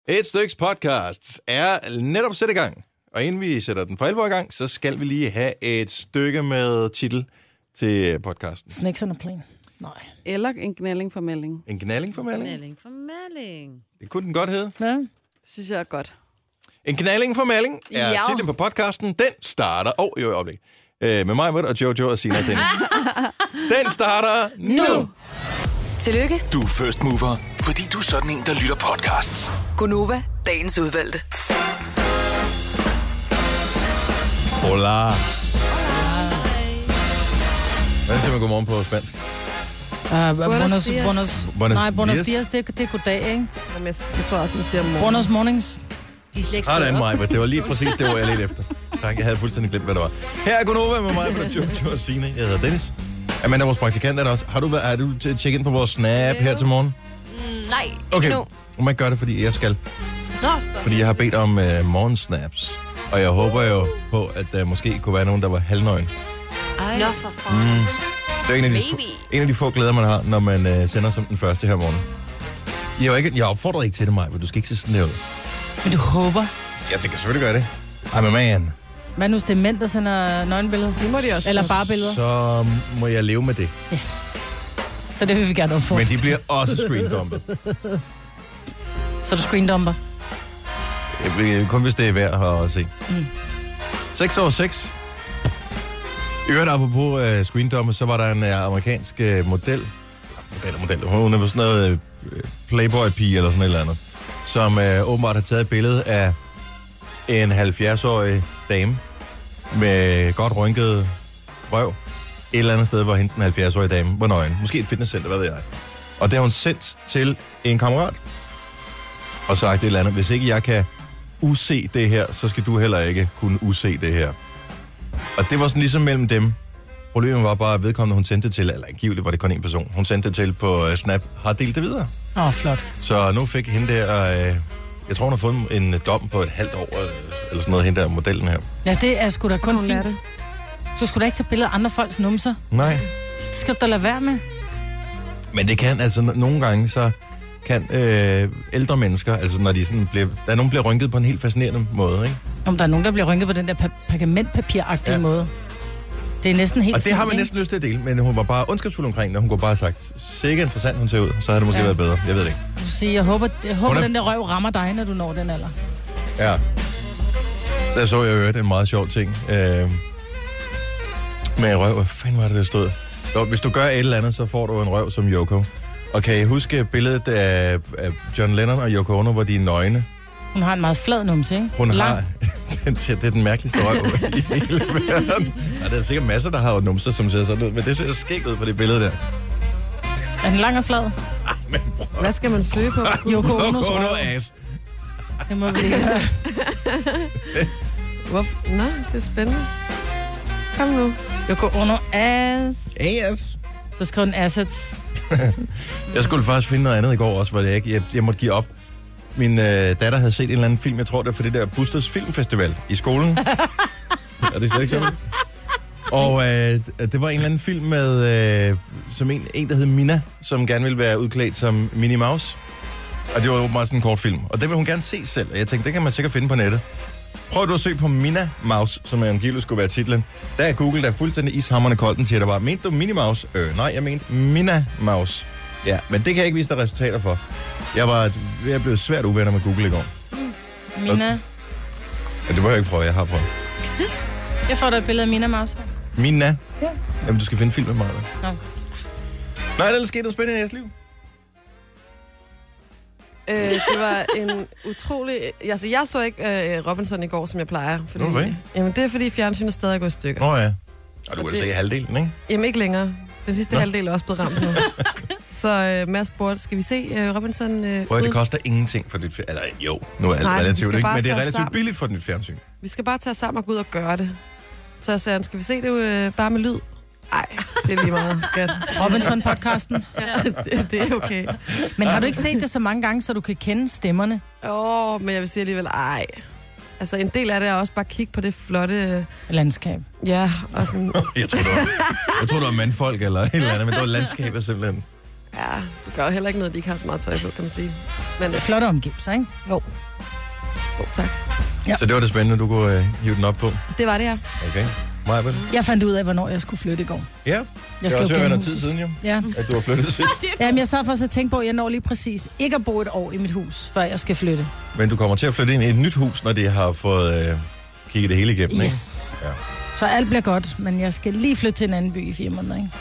Et styks podcast er netop sat i gang. Og inden vi sætter den for alvor i gang, så skal vi lige have et stykke med titel til podcasten. Snakes on a plane. Nej. Eller en gnælling for melding. En gnælling for melding? Gnælling for melding. Det kunne den godt hedde. Ja. Det synes jeg er godt. En gnælling for melding er titlen på podcasten. Den starter... med mig, og Jojo og Sina Dennis. Den starter nu. Tillykke. Du er first mover, fordi du er sådan en, der lytter podcasts. Gunova, dagens udvalgte. Hola. Hvad siger man godmorgen på spansk? Buenos dias, det er goddag, ikke? Jamen, det tror jeg også, man siger morgen. Buenos mornings. Sådan, Maja. Det var lige præcis det, hvor jeg lidt efter. Tak, jeg havde fuldstændig glemt, hvad det var. Her er Gunova med mig, Jojo og Signe. Jeg hedder Dennis. Amanda, vores praktikant, er der også. Har du tjekket ind på vores Snap her til morgen? Nej, okay. ikke nu. Du må ikke gøre det, fordi jeg skal. Fordi jeg har bedt om morgensnaps. Og jeg håber jo på, at der måske kunne være nogen, der var halvnøgen. Nå, for fanden. Det er en af de få glæder, man har, når man sender som den første her morgen. Jeg opfordrer ikke til det, Maja, men du skal ikke se sådan der ud. Men du håber? Ja, det kan selvfølgelig gøre det. I'm a man. Hvad nu, det er mænd, der sender nøgenbilleder? Det må de også. Eller bare billeder? Så må jeg leve med det. Ja. Så det vil vi gerne opfordre. Men de bliver også screendumpet. Så du screendumper? Kun hvis det er værd at se. 6 år 6. I øvrigt, apropos screendumper, så var der en amerikansk model. Hun er sådan noget Playboy-pige eller sådan et eller andet. Som åbenbart har taget et billede af en 70-årig dame med godt rynket røv et eller andet sted, hvor hende den 70-årige dame var nøgen. Måske et fitnesscenter, hvad ved jeg. Og det har hun sendt til en kammerat og sagt et eller andet. Hvis ikke jeg kan use det her, så skal du heller ikke kunne use det her. Og det var sådan ligesom mellem dem. Problemet var bare, at vedkommende hun sendte det til, eller angiveligt var det kun en person, hun sendte det til på Snap, har delt det videre. Flot. Så nu fik hende der, jeg tror hun har fået en dom på et halvt år, eller sådan noget, hende der modellen her. Ja, det er sgu da kun fint. Så skulle du ikke tage billeder af andre folks numser? Nej. Det skal du da lade være med. Men det kan altså, nogle gange så kan ældre mennesker, altså når de sådan der er nogen, der bliver rynket på en helt fascinerende måde, ikke? Om der er nogen, der bliver rynket på den der pergamentpapiragtige måde. Det er næsten helt og det har man fint, næsten lyst til at dele, men hun var bare ondskabsfuld omkring, og hun kunne bare have sagt, sikkert interessant hun ser ud, så havde det måske været bedre. Jeg ved det ikke. Du siger, jeg håber den der røv rammer dig, når du når den alder. Ja. Der så jeg jo en meget sjov ting. Med røv, hvad fanden var det, der stod? Hvis du gør et eller andet, så får du en røv som Yoko. Og kan I huske billedet af John Lennon og Yoko Ono, hvor de er nøgne? Hun har en meget flad numse, ikke? Hun har... det er den mærkeligste røv i hele verden. Og der er sikkert masser, der har numser, som ser sådan ud. Men det ser skægt ud på det billede der. Er den lang og flad? Ej, men bror. Hvad skal man søge på? Yoko Onos Ono røv. ass. Det må vi ikke. Nå, det er spændende. Kom nu. Yoko Ono ass. Ass. Så skriver den assets. Jeg skulle faktisk finde noget andet i går også, hvor jeg måtte give op. Min datter havde set en eller anden film, jeg tror det er for det der Busters Filmfestival i skolen. Er det slet ikke sådan? Og det var en eller anden film med som en der hed Mina, som gerne ville være udklædt som Minnie Mouse. Og det var åbenbart sådan en kort film. Og det vil hun gerne se selv, og jeg tænkte, det kan man sikkert finde på nettet. Prøv du at søge på Minnie Mouse, som angiveligt skulle være titlen. Der er Google, der er fuldstændig ishamrende koldt, den siger der bare, mente du Minnie Mouse? Nej, jeg mente Minnie Mouse. Ja, men det kan jeg ikke vise dig resultater for. Jeg blev svært uvenner med Google i går. Mina. Ja, det må jeg ikke prøve, jeg har prøvet. Jeg får da et billede af Mina Mouse. Mina? Ja. Jamen, du skal finde film med mig. Nå. Nej, der er sket noget spændende i jeres liv. Det var en utrolig... Altså, jeg så ikke Robinson i går, som jeg plejer. Fordi, jamen, det er fordi fjernsynet stadig går i stykker. Nå ja. Og du kan se halvdelen, ikke? Jamen, ikke længere. Den sidste halvdel er også blevet ramt nu. Så Mads spurgte, skal vi se Robinson det koster ingenting for dit fjernsyn. Eller jo, nu er alt relativt, ikke? Men det er relativt billigt for dit fjernsyn. Vi skal bare tage sammen og gå ud og gøre det. Så jeg sagde, skal vi se det bare med lyd? Nej, det er lige meget, skat. Robinson-podcasten. Ja, det er okay. Men har du ikke set det så mange gange, så du kan kende stemmerne? Men jeg vil sige alligevel, ej. Altså, en del af det er også bare kigge på det flotte... landskab. Ja, og sådan... jeg tror, det var mandfolk eller et eller andet, men det var landskabet simpelthen. Ja, det gør heller ikke noget, at de ikke har så meget tøj på, kan man sige. Men Flotte omgivelser, ikke? jo, tak. Ja. Så det var det spændende, du kunne hive den op på. Det var det, ja. Okay. Majbel? Jeg fandt ud af, hvornår jeg skulle flytte i går. Ja. Jeg Det skal har også jo været noget genhuses. tid siden, jo. Ja. At du har flyttet sidst. Jamen, jeg sad for at tænke på, at jeg når lige præcis ikke at bo et år i mit hus, før jeg skal flytte. Men du kommer til at flytte ind i et nyt hus, når de har fået kigget det hele igennem, Yes. ikke? Ja. Så alt bliver godt, men jeg skal lige flytte til en anden by i 4 måneder, ikke?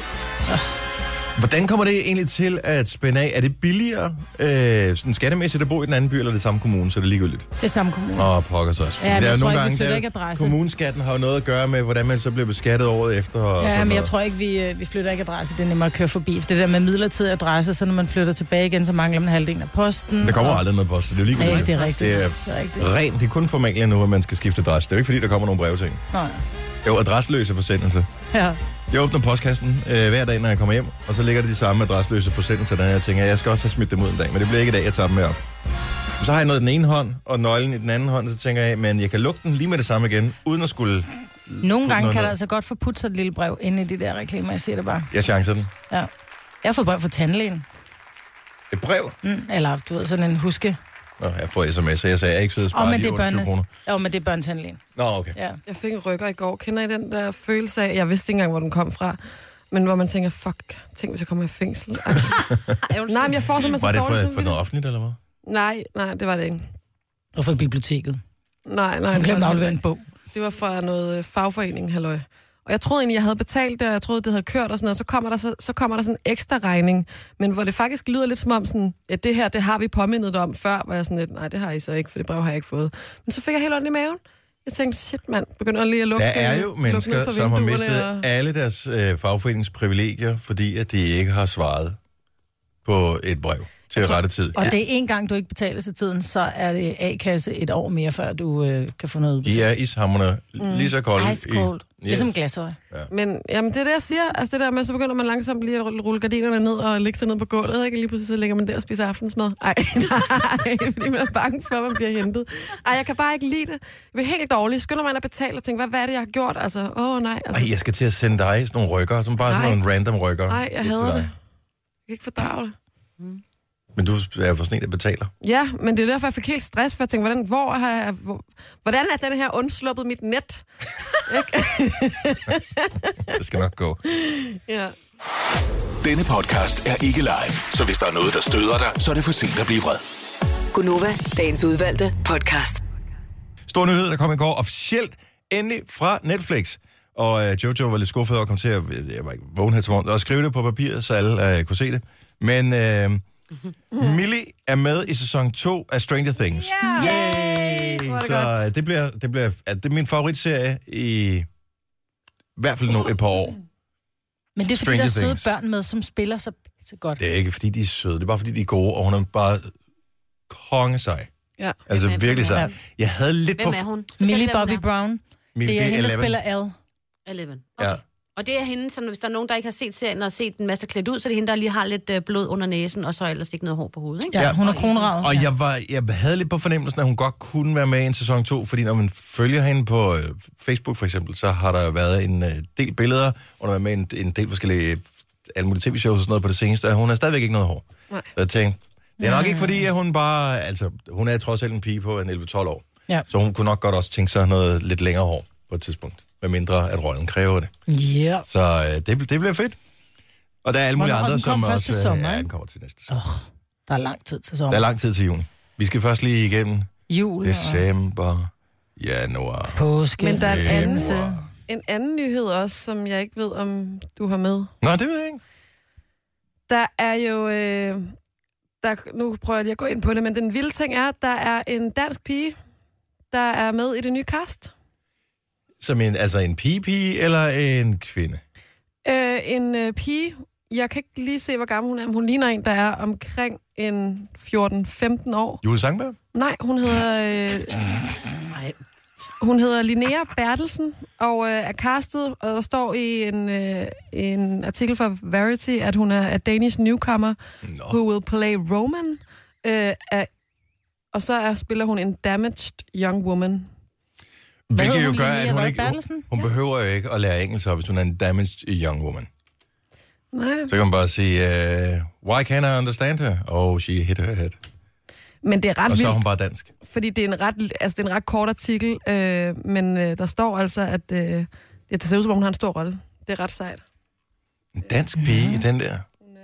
Hvordan kommer det egentlig til at spænde af? Er det billigere sådan skattemæssigt at bo i den anden by, eller det samme kommune, så er det ligegyldigt? Det er samme kommune. Og pokker så også. Ja, men Der er jeg tror nogle ikke, vi gange, flytter ikke adresse. kommuneskatten har jo noget at gøre med, hvordan man så bliver beskattet året efter. Og Ja, sådan men jeg noget. tror ikke, vi flytter ikke adresse. Det er nemmere at køre forbi. For det der med midlertidig adresse, så når man flytter tilbage igen, så mangler man halvdelen af posten. Der kommer aldrig noget post, så det er jo ligegyldigt. Nej, det er rigtigt. Det er Det er rigtigt. rent. Det er kun formalier nu, at man skal skifte adresse. Det er jo ikke, fordi der kommer nogle breve til en. Nej. Jo, adresseløse forsendelser. Ja. Jeg åbner postkassen hver dag, når jeg kommer hjem, og så ligger der de samme adresseløse forsendelser, der jeg tænker, jeg skal også have smidt dem ud en dag, men det bliver ikke i dag, jeg tager dem med op. Så har jeg noget i den ene hånd, og nøglen i den anden hånd, så tænker jeg, men jeg kan lukke den lige med det samme igen, uden at skulle... Nogle gange noget kan ned. der altså godt få puttet et lille brev inde i de der reklamer. Jeg siger det bare. Jeg chancer den. Ja. Jeg har fået brev fra tandlægen. Et brev? Eller du ved, sådan en huske. Nå, jeg får sms'er, jeg sagde, jeg ikke sidder og sparer men de det er 28 kroner. Jo, men det er børnetandlægen. Nå, okay. Ja. Jeg fik en rykker i går. Kender I den der følelse af, jeg vidste ikke engang, hvor den kom fra, men hvor man tænker, fuck, tænk, hvis jeg kommer i fængsel. Nej, men jeg får simpelthen så Var det dårlig for samvittighed. noget offentligt, eller hvad? Nej, det var det ikke. Og fra biblioteket. Nej, Hun det glemte var, at aflevere en bog. det var fra noget fagforening, halløj. Og jeg troede egentlig, jeg havde betalt det, og jeg troede, det havde kørt og sådan noget. Så kommer der sådan en ekstra regning, men hvor det faktisk lyder lidt som om sådan, ja, det her, det har vi påmindet om før, hvor jeg sådan lidt, nej, det har I så ikke, for det brev har jeg ikke fået. Men så fik jeg helt ondt i maven. Jeg tænkte, shit mand, begynder lige at lukke. Der er jo mennesker, som har mistet og... alle deres fagforeningsprivilegier, fordi at de ikke har svaret på et brev til rette tid. Og det er en gang, du ikke betaler til tiden, så er det A-kasse et år mere, før du kan få noget De udbetalt. er ishamrende lige så kolde. Ice cold. Ligesom glasøje. Men jamen, det er det, jeg siger. Altså det der med, så begynder man langsomt lige at rulle gardinerne ned og lægge sig ned på gulvet, ikke? Lige pludselig så ligger man der og spiser aftensmad. Ej, nej, fordi man er bange for, at man bliver hentet. Ej, jeg kan bare ikke lide det. Jeg bliver helt dårlig. Skynder man at betale og tænker, hvad er det, jeg har gjort? Altså, nej. Altså. Ej, jeg skal til at sende dig sådan nogle rykker, som bare sådan nogle random rykker. Nej, jeg hader det. dig. Jeg kan ikke fordrage det. Men du er for sådan en, der betaler. Ja, men det er derfor, jeg fik helt stress, for jeg tænkte, hvordan er den her undsluppet mit net? Ikke? Det skal nok gå. Ja. Denne podcast er ikke live, så hvis der er noget, der støder dig, så er det for sent at blive vred. Gunova, dagens udvalgte podcast. Stor nyhed, der kom i går officielt endelig fra Netflix. Og Jojo var lidt skuffet over at komme til at... Jeg var ikke vågen her til morgen. Og skrive det på papiret, så alle kunne se det. Men Millie er med i sæson 2 af Stranger Things. Yay! Hvor er det Så godt. det er min favoritserie i hvert fald nu et par år. Men det er fordi, Stranger der er søde Things. børn med, som spiller så godt. Det er ikke, fordi de er søde. Det er bare, fordi de er gode, og hun er bare konge sej. Ja. Altså Hvem er- virkelig hvem er- sej. Jeg havde lidt Hvem på... er hun? Millie Fortæl, hvem Bobby hun er. Brown. Millie, Det er hende, der 11. spiller Al. 11. Ja. Og det er hende, så hvis der er nogen, der ikke har set serien og set en masse klædt ud, så er det hende, der lige har lidt blod under næsen, og så ellers ikke noget hår på hovedet, ikke? Ja, Ja. hun er kronravet. Og jeg havde lidt på fornemmelsen, at hun godt kunne være med i en sæson 2, fordi når man følger hende på Facebook for eksempel, så har der været en del billeder, og hun har været med i en del forskellige alle mulige tv-shows og sådan noget på det seneste, og hun har stadigvæk ikke noget hår. Nej. Så jeg tænkte, det er nok ikke fordi, at hun bare... Altså, hun er trods alt en pige på en 11-12 år. Ja. Så hun kunne nok godt også tænke sig noget lidt længere hår på et tidspunkt. Med mindre, at rollen kræver det. Ja. Så det bliver fedt. Og der er alle mulige Hvornår andre, den som kom først også... til sommer, ja, ikke? den kommer til næste sommer. Der er lang tid til Der sommer. er lang tid til juni. Vi skal først lige igennem Jul og december, januar. påske. Men der er februar. en anden nyhed også, som jeg ikke ved, om du har med. Nå, det ved jeg ikke. Der er jo... nu prøver jeg lige at gå ind på det, men den vilde ting er, at der er en dansk pige, der er med i det nye cast. Som en pige eller en kvinde? En pige. Jeg kan ikke lige se, hvor gammel hun er, men hun ligner en, der er omkring en 14-15 år. Julie Sangberg? Nej, hun hedder Linnea Bertelsen, og er castet, og der står i en artikel fra Variety, at hun er a Danish newcomer, who will play Roman, og så spiller hun en damaged young woman. Hvilket hedder jo hun, gør, Linnea at hun Rød ikke... Bertelsen? Hun behøver jo ikke at lære engelsk, hvis hun er en damaged young woman. Nej. Så kan man bare sige, why can't I understand her? Oh, she hit her head. Men det er ret Og så er vildt, hun bare dansk. fordi det er en ret kort artikel, men der står altså, at det ser ud som om, hun har en stor rolle. Det er ret sejt. En dansk pige i den der.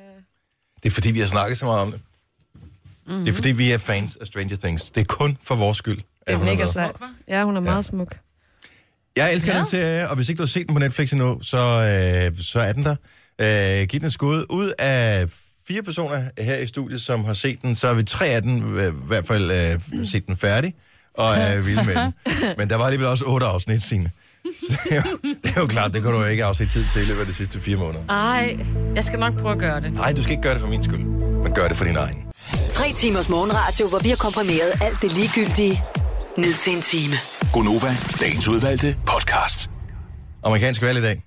Det er fordi, vi har snakket så meget om det. Det er fordi, vi er fans af Stranger Things. Det er kun for vores skyld, Det at er hun er mega med. sejt. Ja, hun er meget smuk. Jeg elsker den serie, og hvis ikke du har set den på Netflix endnu, så er den der. Giv den et skud. Ud af 4 personer her i studiet, som har set den, så har vi 3 af dem i hvert fald set den færdig, og er vilde med den. Men der var alligevel også 8 afsnit, Signe. Så det er jo klart, det kan du jo ikke afsætte tid til i løbet af de sidste 4 måneder. Ej, jeg skal nok prøve at gøre det. Nej, du skal ikke gøre det for min skyld, men gør det for din egen. 3 timers morgenradio, hvor vi har komprimeret alt det ligegyldige ned til en time. Gonova, dagens udvalgte podcast. Amerikansk valg i dag.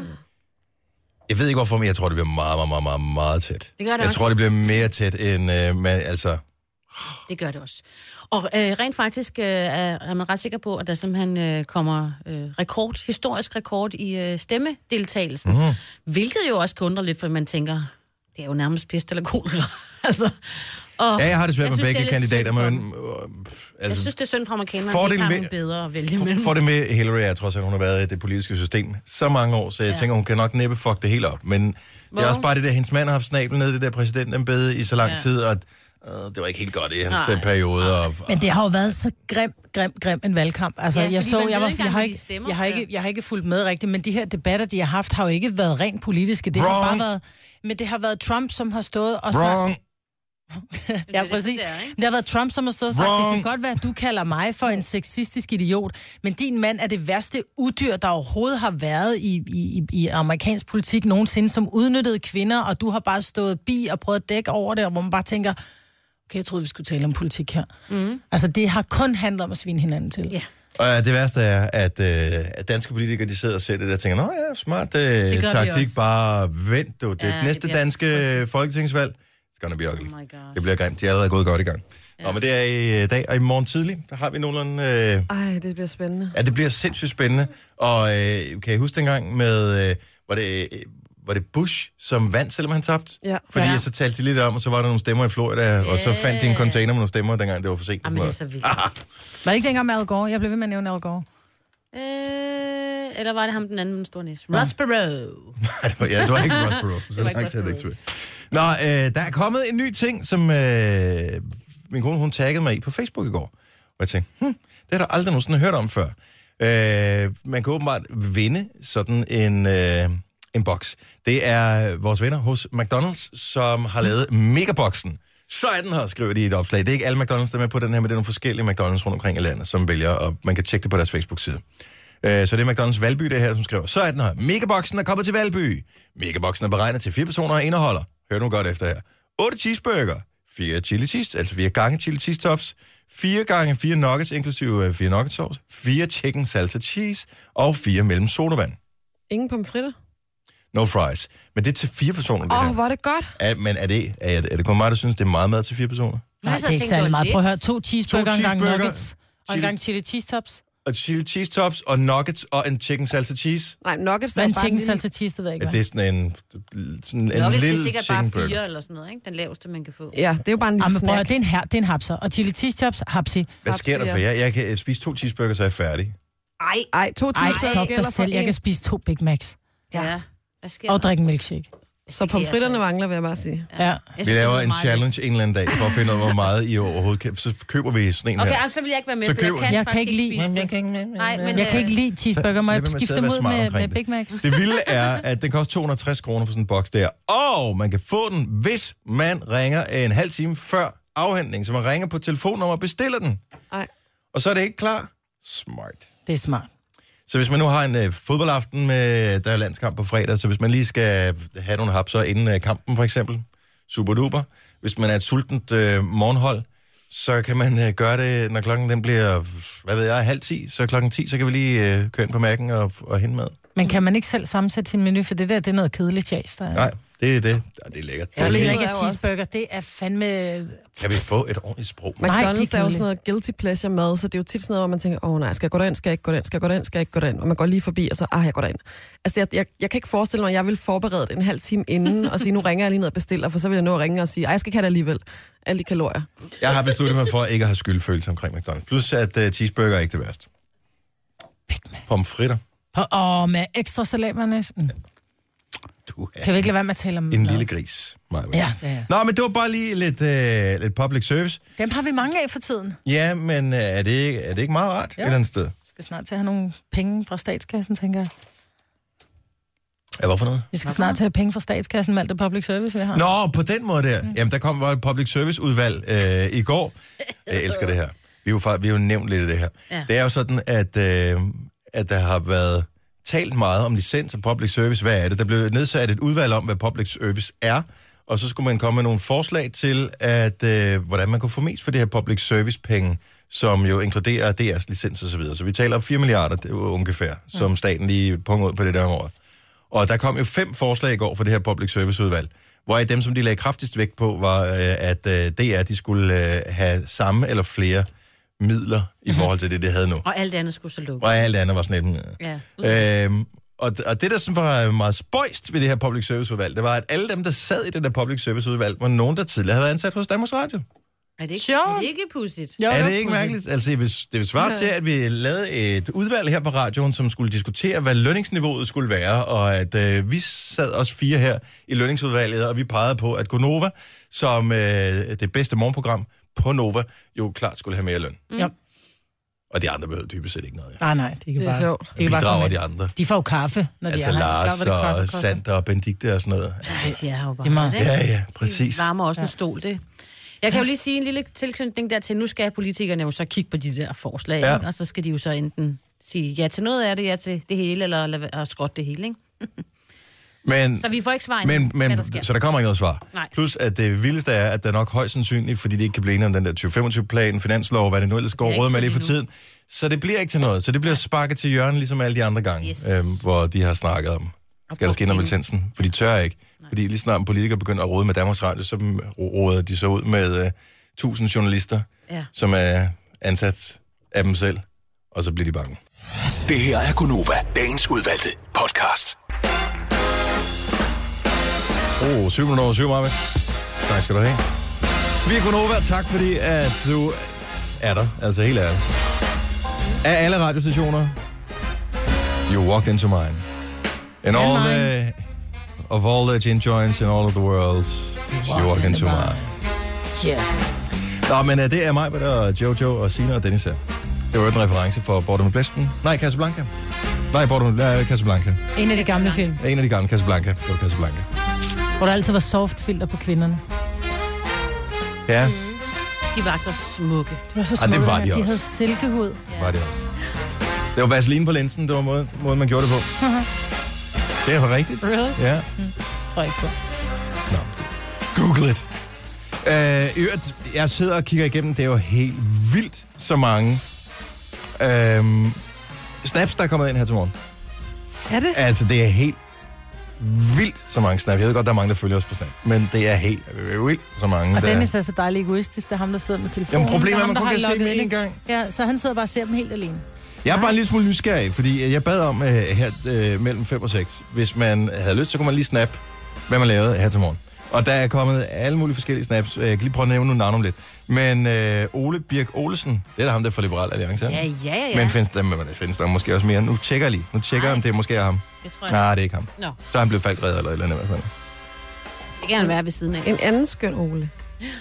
Jeg ved ikke hvorfor, men jeg tror, det bliver meget, meget, meget, meget tæt. Det gør det jeg også. tror, det bliver mere tæt end, altså... Det gør det også. Og rent faktisk er man ret sikker på, at der simpelthen kommer historisk rekord i stemmedeltagelsen. Hvilket jo også kan undre lidt, for man tænker, det er jo nærmest pest eller kolera. Altså, ja, jeg har det svært med synes, begge det er lidt kandidater, synd men... jeg synes, det er synd for amerikanerne, fordelen at de ved- ikke har nogen bedre at vælge mellem. For det med Hillary er trods alt, hun har været i det politiske system så mange år, så jeg tænker, hun kan nok næppe fuck det hele op. Men det er også bare det der, hendes mand har haft snablen ned i det der præsidentembede i så lang tid, og det var ikke helt godt i hans periode. Og, Men det har jo været så grim en valgkamp. Altså, Ja, fordi man ved ikke engang, hvad de stemmer. jeg har ikke fulgt med rigtigt, men de her debatter, de har haft, har jo ikke været rent politiske. Det har bare været, men det har været Trump, som har stået og wrong! sagt... Ja, præcis. Det har været Trump, som har stået og sagt, det kan godt være, at du kalder mig for en sexistisk idiot, men din mand er det værste udyr, der overhovedet har været i amerikansk politik nogensinde, som udnyttede kvinder, og du har bare stået bi og prøvet at dække over det, og hvor man bare tænker, okay, jeg troede, vi skulle tale om politik her. Altså, det har kun handlet om at svine hinanden til. Ja. Og det værste er, at danske politikere, de sidder og ser det der og tænker, nå ja, smart taktik, bare vent du. Det næste danske folketingsvalg, it's gonna be ugly. Oh my God. Det bliver grimt. De er allerede gået godt i gang. Ja. Og men det er i dag, og i morgen tidlig, der har vi nogenlunde... Ej, det bliver spændende. Ja, det bliver sindssygt spændende. Og kan I huske dengang med... Var det Bush, som vandt, selvom han tabte? Ja. Fordi så talte de lidt om, og så var der nogle stemmer i Florida, og så fandt de en container med nogle stemmer, dengang det var for sent. Jamen, det er så vildt. Var det ikke dengang med Al Gore? Jeg blev ved med at nævne Al Gore. Eller var det ham den anden med den store næse? Ross Perot. Ja, det var ikke Ross Perot. Så langt til det ikke. Nå, der er kommet en ny ting, som min kone, hun taggede mig i på Facebook i går. Og jeg tænkte, det har der aldrig nogensinde hørt om før. Man kan åbenbart vinde sådan en boks. Det er vores venner hos McDonald's, som har lavet Megaboxen. Så er den her, skriver de i et opslag. Det er ikke alle McDonald's, der er med på den her, men det er nogle forskellige McDonald's rundt omkring i landet, som vælger, og man kan tjekke det på deres Facebook-side. Så det er McDonald's Valby, det her, som skriver, så er den her. Megaboxen er kommet til Valby. Megaboxen er beregnet til 4 personer og indeholder. Hør nu godt efter her. 8 cheeseburger, 4 chili cheese, altså 4 gange chili cheese tops, 4 gange 4 nuggets, inklusive 4 nugget sauce, 4 chicken salsa cheese og 4 mellem sodavand. Ingen pomfritter? No fries. Men det er til 4 personer, det her. Hvor er det godt. Men er det kun mig, der synes, det er meget mad til 4 personer? Nej, det er ikke særlig meget. Prøv at høre, 2 cheeseburger, en gang cheeseburger, nuggets, og en gang chili cheese tops. Og chili cheese tops, og nuggets, og en chicken salsa cheese. Nej, nuggets Hvad er en bare chicken lille- salsa cheese, det ved jeg ikke, Ja, hvad. det er sådan en Nuggets, lille det er sikkert bare chicken burger. 4 eller sådan noget, ikke? Den laveste, man kan få. Ja, det er jo bare en lille Jamen, prøv at snack. høre, det er en hapser. Og chili cheese tops, hapsi. Hvad sker der for jer? Jeg kan spise 2 cheeseburger, så er jeg færdig. Ej, 2 Ej, cheeseburger stop gælder dig for selv. Jeg en. kan spise 2 Big Macs. Ja. Hvad sker Og der? drikke en milkshake. Så pomfritterne mangler, vil jeg bare sige. Ja. Jeg Vi synes, det laver lyder en meget challenge en eller anden dag, for at finde ud af, hvor meget I overhovedet kan. Så køber vi sådan en Okay, her. altså, så vil jeg ikke være med, Så for jeg køber- kan Jeg kan faktisk ikke ikke lide- spise det. Nej, men Jeg kan ikke lide cheeseburger. Må lad jeg være med at skifte sidde dem og ud være smart med omkring Big Macs? Det vilde er, at den koster 260 kroner for sådan en boks der. Og man kan få den, hvis man ringer en halv time før afhentning. Så man ringer på telefonnummer og bestiller den. Ej. Og så er det ikke klar. Smart. Det er smart. Så hvis man nu har en fodboldaften, med der er landskamp på fredag, så hvis man lige skal have nogle hapser inden kampen for eksempel, super duper. Hvis man er et sultent morgenhold, så kan man gøre det, når klokken den bliver, hvad ved jeg, 9:30, så klokken 10, så kan vi lige køre ind på mærken og hente mad. Men kan man ikke selv sammensætte sin menu, for det er noget kedeligt jazz, der er? Nej, det er det. Det er lækkert. Jeg vil ikke have cheeseburger. Det er fandme... Kan vi få et ordentligt sprog? McDonald's er jo sådan noget guilty pleasure mad, så det er jo tit sådan noget, hvor man tænker, nej, skal jeg gå derind, skal jeg ikke gå derind, skal jeg gå derind, skal jeg ikke gå derind, og man går lige forbi, og så, jeg går derind. Altså, jeg kan ikke forestille mig, at jeg vil forberede det en halv time inden, og sige, nu ringer jeg lige ned og bestiller, for så vil jeg nå at ringe og sige, jeg skal ikke have det alligevel. Alle de kalorier. Jeg har besluttet mig for ikke at have skyldfølelse omkring McDonald's. Plus, at cheeseburger er ikke det værste. Pomfritter. Med ekstra salatmayonnaise. Kan vi ikke lade være med at tale om... En lille gris. Ja. Nå, men det var bare lige lidt public service. Dem har vi mange af for tiden. Ja, men er det ikke meget rart et eller andet sted? Vi skal snart til at have nogle penge fra statskassen, tænker jeg. Ja, hvorfor noget? Vi skal snart til at have penge fra statskassen med alt det public service, vi har. Nå, på den måde der. Jamen, der kom bare et public service udvalg i går. Jeg elsker det her. Vi har jo nævnt lidt af det her. Ja. Det er jo sådan, at der har været talt meget om licens og public service. Hvad er det? Der blev nedsat et udvalg om, hvad public service er, og så skulle man komme med nogle forslag til, hvordan man kunne få mest for det her public service penge, som jo inkluderer DR's licens og så videre. Så vi taler om 4 milliarder ungefær, som staten lige punger ud på det der område. Og der kom jo 5 forslag i går for det her public service udvalg, hvor dem, som de lagde kraftigst vægt på, var, at DR de skulle have samme eller flere midler i forhold til det, det havde nu. Og alt andet skulle så lukke. Og alt andet var sådan lidt... Ja. Og det, der sådan var meget spøjst ved det her public service udvalg, det var, at alle dem, der sad i det der public service udvalg, var nogen, der tidligere havde været ansat hos Danmarks Radio. Er det ikke pudsigt? Er det ikke mærkeligt? Altså, det vil svare til, at vi lavede et udvalg her på radioen, som skulle diskutere, hvad lønningsniveauet skulle være, og at vi sad også 4 her i lønningsudvalget, og vi pegede på, at Gonova, som det bedste morgenprogram på Nova, jo klart skulle have mere løn. Ja. Og de andre behøver typisk set ikke noget. Ja. Nej, det er bare... sjovt. Det bidrager de andre. De får jo kaffe, når altså de er Lars og Sander og Benedikte og sådan noget. Ja, de er jo bare det. Ja, præcis. De varmer også en stol, det. Jeg kan jo lige sige en lille tilknytning dertil. Nu skal politikerne jo så kigge på de der forslag, ikke? Og så skal de jo så enten sige ja til noget af det, ja til det hele, eller skrotte det hele, ikke? Men, så vi får ikke svar endnu, hvad der sker. Så der kommer ikke noget svar. Nej. Plus, at det vildeste er, at der nok højst sandsynligt, fordi de ikke kan blive enige om den der 2025-plan, finanslov, hvad det nu ellers går råd med lige for tiden. Så det bliver ikke til noget. Så det bliver sparket til hjørnen, ligesom alle de andre gange, hvor de har snakket om. Skal der ske noget med licensen? For de tør ikke. Nej. Fordi lige snart en politiker begynder at råde med Danmarks Radio, så råder de så ud med 1000 journalister, som er ansat af dem selv, og så bliver de bange. Det her er Gonova, dagens udvalgte podcast. 7:07, Marvind. Tak skal du have. Vi er Gonova. Tak fordi, at du er der. Altså helt ærligt. Af alle radiostationer, you walked into mine. And of all the gin joints in all of the world, you walked into mine. Yeah. Nå, men det er mig, og Jojo og Sina og Dennis her. Det var en reference for Border med Blæsten. Nej, Casablanca. Nej, Border med Casablanca. En af de gamle film. En af de gamle Casablanca. Det var Casablanca. Hvor der altid var soft filter på kvinderne. Ja. De var så smukke. De var så smukke, det var de også. De havde silkehud. Ja. Var det også. Det var vaseline på linsen, det var måden man gjorde det på. Det var rigtigt. Really? Ja. Tror jeg ikke på. Nå. Google it. Jeg sidder og kigger igennem, det er jo helt vildt så mange snaps, der er kommet ind her til morgen. Er det? Altså, det er helt vildt så mange snaps. Jeg ved godt, der er mange, der følger os på snap, men det er helt vildt så mange. Og Dennis er så dejlig egoistisk, det er ham, der sidder med telefonen. Jamen, problemet er, at man kun kan se dem en gang. Ja, så han sidder bare og ser dem helt alene. Jeg er bare en lille smule nysgerrig, fordi jeg bad om her mellem 5 og 6. Hvis man havde lyst, så kunne man lige snap, hvad man lavede her til morgen. Og der er kommet alle mulige forskellige snaps. Jeg kan lige prøve at nævne nogle navne om lidt. Men Ole Birk Olesen, det er der ham, der er fra Liberal Alliance. Ja. Men findes der måske også mere. Nu tjekker jeg lige. Nu tjekker jeg, om det måske er ham. Det tror jeg. Nej, det er ikke ham. No. Så er han blevet faldt reddet eller et eller andet i hvert fald. Det kan han være ved siden af. En anden skøn Ole.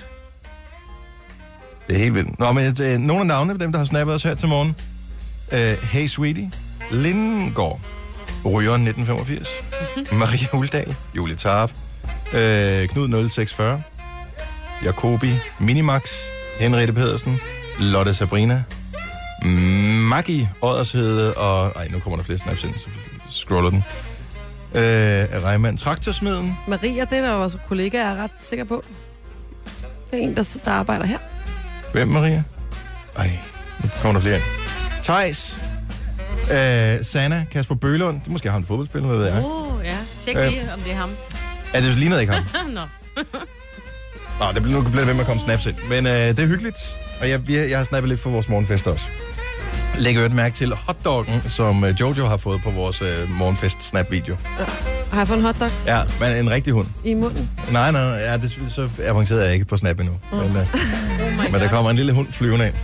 Det er helt vildt. Nå, men nogle af navnene, dem der har snappet os her til morgen. Hey Sweetie, Lindengård, Rygeren 1985, Maria Uldal, Julie Tarp, Knud 0640, Jacobi, Minimax, Henriette Pedersen, Lotte Sabrina, Maggie Oddershede og... Ej, nu kommer der flere snaps ind, så scroller den. Reimann Traktorsmeden. Maria, det er der vores kollega, jeg er ret sikker på. Det er en, der arbejder her. Hvem, Maria? Ej, nu kommer der flere ind. Thijs, Sanna, Kasper Bølund, det er måske ham, der fodboldspiller, hvad ved jeg. Ja. Tjek lige, om det er ham. Ja, det lignede ikke ham. Nå. Nå, nu bliver det ved med at komme snaps ind. Men det er hyggeligt, og jeg har snappet lidt for vores morgenfest også. Lægger et mærke til hotdoggen, som Jojo har fået på vores morgenfest-snap-video. Har jeg fået en hotdog? Ja, men en rigtig hund. I munden? Nej, ja, det, så avancerede jeg ikke på snap endnu. Men der kommer en lille hund flyvende ind.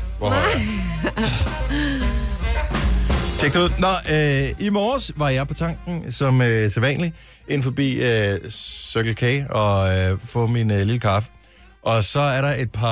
Tjek det ud. Nå, i morges var jeg på tanken, som sædvanligt, ind forbi Circle K og få min lille kaffe. Og så er der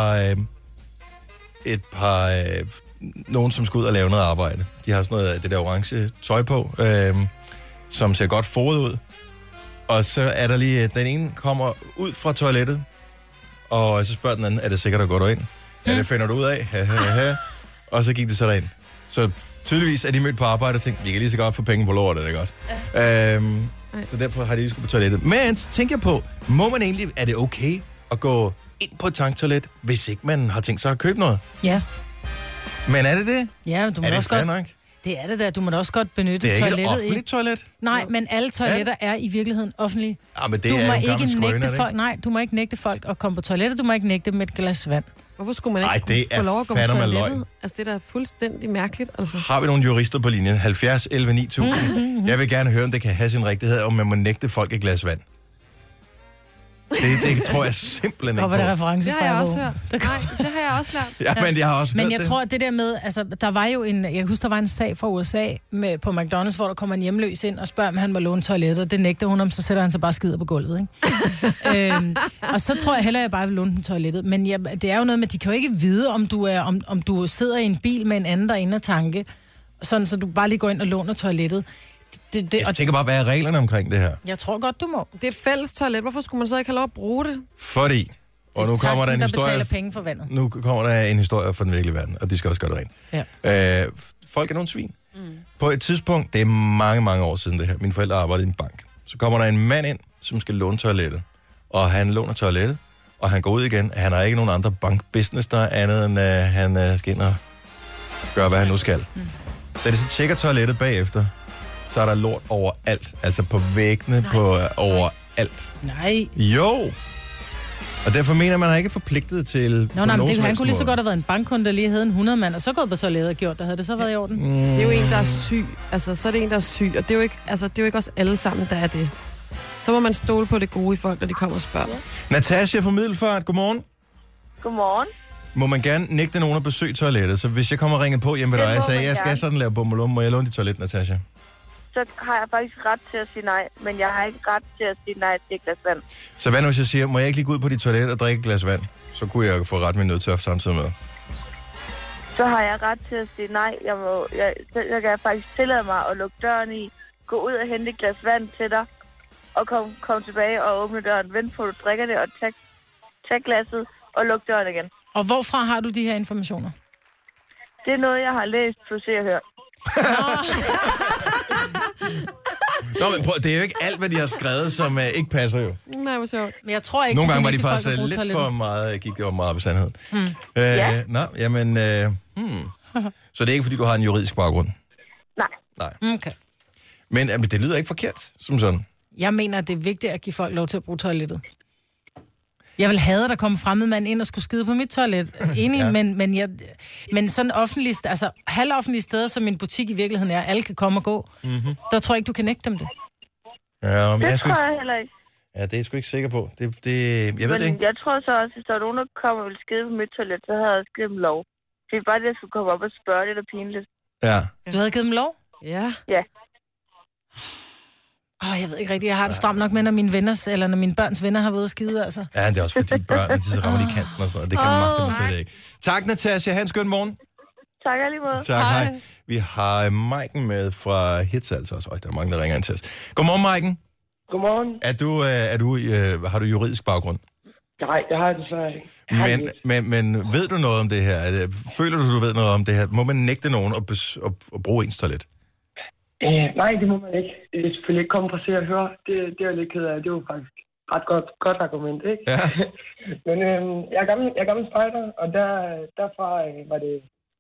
et par nogen, som skal ud og lave noget arbejde. De har sådan noget af det der orange tøj på, som ser godt foret ud. Og så er der lige, den ene kommer ud fra toilettet, og så spørger den anden, er det sikkert at gå derind? Ja, det finder du ud af. Og så gik det så derind. Så tydeligvis er de mødt på arbejde og tænkt, vi kan lige så godt få penge på lortet, det er godt. Så derfor har de lige skulle på toilettet. Men så tænker jeg på, må man egentlig, er det okay at gå ind på et tanktoilet, hvis ikke man har tænkt sig at købe noget? Ja. Men er det det? Ja, men du må er det også godt... nok? Det er det der. Du må da også godt benytte toilettet. Det er ikke et offentligt toilet? Nej, men alle toiletter er i virkeligheden offentlige. Ja, men det du er må jo ikke nægte folk. Nej, du må ikke nægte folk at komme på toilettet. Du må ikke nægte dem med et glas vand. Hvorfor skulle man ikke få lov at gå på toilettet? Altså, det er da fuldstændig mærkeligt. Altså. Har vi nogle jurister på linjen? 70 11 9000. Jeg vil gerne høre, om det kan have sin rigtighed, om man må nægte folk et glas vand. Det tror jeg simpelthen ikke på. Og hvad er reference fra? Det har jeg også hørt. Nej, det har jeg også lært. Ja, men jeg har også Men jeg tror, at det der med, altså, der var jo en, jeg husker, der var en sag fra USA på McDonald's, hvor der kommer en hjemløs ind og spørger, om han må låne toilettet. Det nægter hun om, så sætter han sig bare skider på gulvet, ikke? Og så tror jeg hellere, at jeg bare vil låne den toilettet. Men det er jo noget med, de kan jo ikke vide, om du sidder i en bil med en anden, der er inde og tanke, sådan, så du bare lige går ind og låner toilettet. Jeg tænker bare, hvad er reglerne omkring det her? Jeg tror godt, du må. Det er et fælles toilet. Hvorfor skulle man så ikke have lov at bruge det? Fordi, og nu kommer der en historie... betaler penge for vandet. Nu kommer der en historie fra den virkelige verden, og de skal også gøre det rent. Ja. Folk er nogle svin. På et tidspunkt, det er mange, mange år siden det her, mine forældre arbejdede i en bank. Så kommer der en mand ind, som skal låne toilettet. Og han låner toilettet, og han går ud igen. Han har ikke nogen andre bankbusiness, der er andet end han skal ind og gøre, hvad han nu skal. Da de så tjekker toilettet bagefter, så er der lort overalt. Altså på væggene, på overalt. Nej. Jo! Og derfor mener man, ikke forpligtet til... Men han kunne lige så godt have været en bankkunde, der lige havde en 100 mand, og så gået på toilettet og gjort det. Havde det så været i orden? Det er jo en, der er syg. Altså, så er det en, der er syg. Og det er jo ikke os alle sammen, der er det. Så må man stole på det gode i folk, når de kommer og spørger. Natasha fra Middelfart, godmorgen. Godmorgen. Må man gerne nægte nogen at besøge toilettet? Så hvis jeg kommer og ringer på hjemme ved dig og sagde, jeg skal sådan lave bummelum, må jeg låne dit toilet, Natasha? Så har jeg faktisk ret til at sige nej, men jeg har ikke ret til at sige nej til et glas vand. Så hvad nu, hvis jeg siger, må jeg ikke lige gå ud på dit toilet og drikke et glas vand? Så kunne jeg få ret min nødtørft samtidig med. Så har jeg ret til at sige nej. Jeg kan faktisk tillade mig at lukke døren i, gå ud og hente et glas vand til dig, og komme tilbage og åbne døren, vente på, at du drikker det, og tage glasset og lukke døren igen. Og hvorfra har du de her informationer? Det er noget, jeg har læst på Se og Hør. Nå, men prøv, det er jo ikke alt, hvad de har skrevet, som ikke passer jo. Nej, hvor sjovt. Men jeg tror ikke, nogle gange var de faktisk lidt for meget, gik det over meget på sandheden. Ja. Nå, jamen... Så det er ikke, fordi du har en juridisk baggrund? Nej. Okay. Men det lyder ikke forkert, som sådan. Jeg mener, det er vigtigt at give folk lov til at bruge toilettet. Jeg vil have, at der kom en fremmed mand ind og skulle skide på mit toilet. Enig, ja. men sådan offentlige, altså halvoffentlige steder, som en butik i virkeligheden er, alle kan komme og gå, der tror jeg ikke, du kan nægte dem det. Ja, men det tror jeg heller ikke. Ja, det er jeg sgu ikke sikker på. Jeg ved det ikke. Jeg tror så også, at hvis der var nogen, der kommer og ville skide på mit toilet, så havde jeg givet dem lov. Det er bare det, jeg skulle komme op og spørge, det er pinligt. Ja. Du havde givet dem lov? Ja. Ja. Jeg ved ikke rigtigt, jeg har det stramt nok med, når mine børns venner har været ude at skide, altså. Ja, det er også fordi børn, så rammer de kanten og sådan noget. Det kan man magte mig ikke. Tak, Natasha. Ha' en skøn morgen. Tak alligevel. Tak, hej. Vi har Maiken med fra Hirtshals også. Der er mange, der ringer ind til os. Godmorgen, Maiken. Godmorgen. Har du juridisk baggrund? Nej, det har jeg desværre ikke. Men ved du noget om det her? Føler du ved noget om det her? Må man nægte nogen at bruge ens toilet? Nej, det må man ikke. Det er selvfølgelig ikke kommet fra Se og Høre. Det er jo lidt ked af. Det er jo faktisk ret godt argument, ikke? Ja. Men jeg er gammel spejder, og derfra var det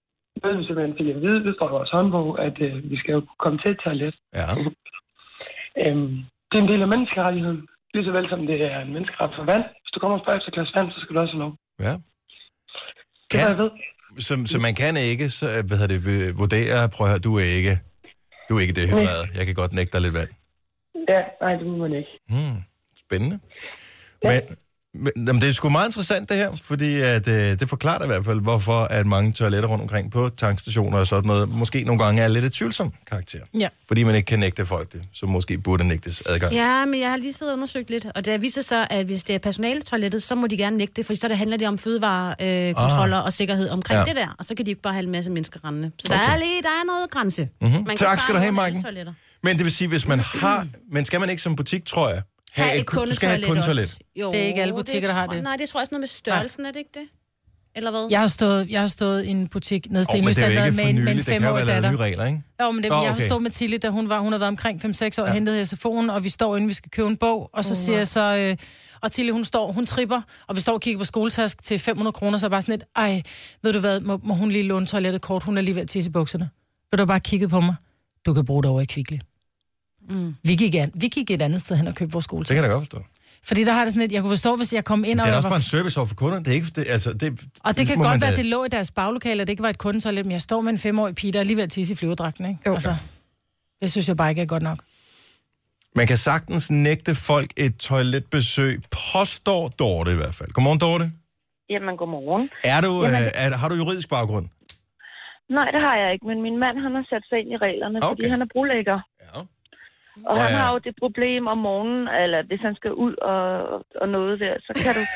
ved vi simpelthen fik at vide, det står i vores håndbog, at vi skal jo komme til et toilet. Ja. Det er en del af menneskerettigheden. Lige så vel som det er en menneskeret for vand. Hvis du kommer og spørger efter glas vand, så skal du også have lov. Ja. Det er, jeg ved. Så man kan ikke vurdere, prøv at høre, du er ikke dehydreret. Jeg kan godt nægte dig lidt vand. Ja, nej, det må man ikke. Spændende. Ja. Men det er sgu meget interessant det her, fordi at, det forklarer i hvert fald, hvorfor at mange toiletter rundt omkring på tankstationer og sådan noget, måske nogle gange er lidt et tvivlsom karakter. Ja. Fordi man ikke kan nægte folk det, så måske burde nægtes adgang. Ja, men jeg har lige siddet og undersøgt lidt, og det viser sig, at hvis det er personaletoilettet, så må de gerne nægte det, for så handler det om fødevarekontroller og sikkerhed omkring det der, og så kan de ikke bare have en masse mennesker rendende. Så der er noget grænse. Tak skal du have, Maiken. Men det vil sige, hvis man har... Men skal man ikke som butik, tror jeg, have et kundetoilet? Jo, det er ikke alle butikker, der har det. Nej, det tror jeg også noget med størrelsen, er det ikke det? Eller hvad? Jeg har stået i en butik nede i Stenløscenteret med en 5-årig datter. Det kan jo være lavet nye regler, ikke? Jo, men jeg har stået med Tilly, da hun har været omkring 5-6 år, hentede SFO'en, og vi står inde, vi skal købe en bog, og så siger jeg så... og Tilly, hun tripper, og vi står og kigger på skoletask til 500 kroner, så er bare sådan lidt, ved du hvad, må hun lige låne toilettet kort? Hun er lige ved at tisse i bukserne. Vil du bare kigge på mig? Du kan bruge det over i Kvickly. Vi gik et andet sted hen og købte vores skoletask. Det kan jeg godt forstå. Fordi der har det sådan lidt, jeg kunne forstå, hvis jeg kom ind og... Det er også bare en service over for kunder. Det er ikke... Og det kan godt være, at det lå i deres baglokale, og det ikke var et kundetoilet, men jeg står med en 5-årig pige, der er lige ved at tisse i flyverdragten, ikke? Jo. Altså, det synes jeg bare ikke er godt nok. Man kan sagtens nægte folk et toiletbesøg, påstår Dorte i hvert fald. Godmorgen, Dorte. Jamen, godmorgen. Har du juridisk baggrund? Nej, det har jeg ikke, men min mand, han har sat sig ind i reglerne, fordi han er brolægger. Ja. Og han har jo det problem om morgenen, eller hvis han skal ud og noget der, så kan du...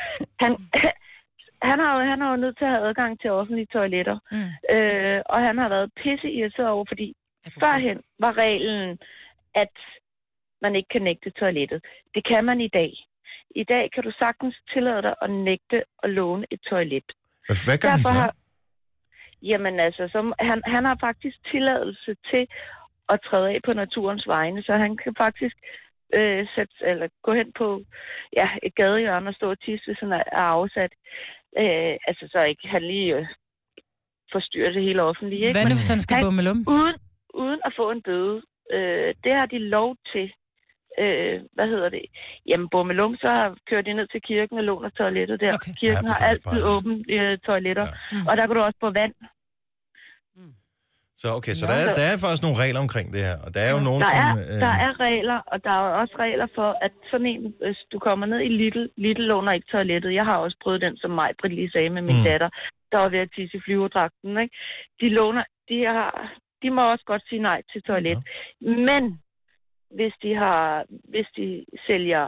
Han har jo nødt til at have adgang til offentlige toiletter. Og han har været pisse irriteret over, fordi førhen var reglen, at man ikke kan nægte toilettet. Det kan man i dag. I dag kan du sagtens tillade dig at nægte at låne et toilet. Hvad gør han så? Jamen altså, han har faktisk tilladelse til at træde af på naturens vegne, så han kan faktisk gå hen på et gadehjørne og stå og tisse, hvis han er afsat. Altså så ikke han lige forstyrrer det hele offentlige. Ikke? Hvad nu, hvis han skal bumme om? Uden at få en bøde. Det har de lov til. Jamen, Bummelum, så kører de ned til kirken og låner toilettet der. Okay. Kirken har altid åbent toiletter. Ja. Og der kan du også få vand. Så okay, så der er faktisk nogle regler omkring det her, og der er jo nogen, Der er regler, og der er også regler for, at sådan en, hvis du kommer ned i Lidl låner ikke toilettet. Jeg har også prøvet den, som Maj-Britt lige sagde med min datter, der var ved at tisse i flyverdragten, ikke? De må også godt sige nej til toilet. Men hvis de sælger,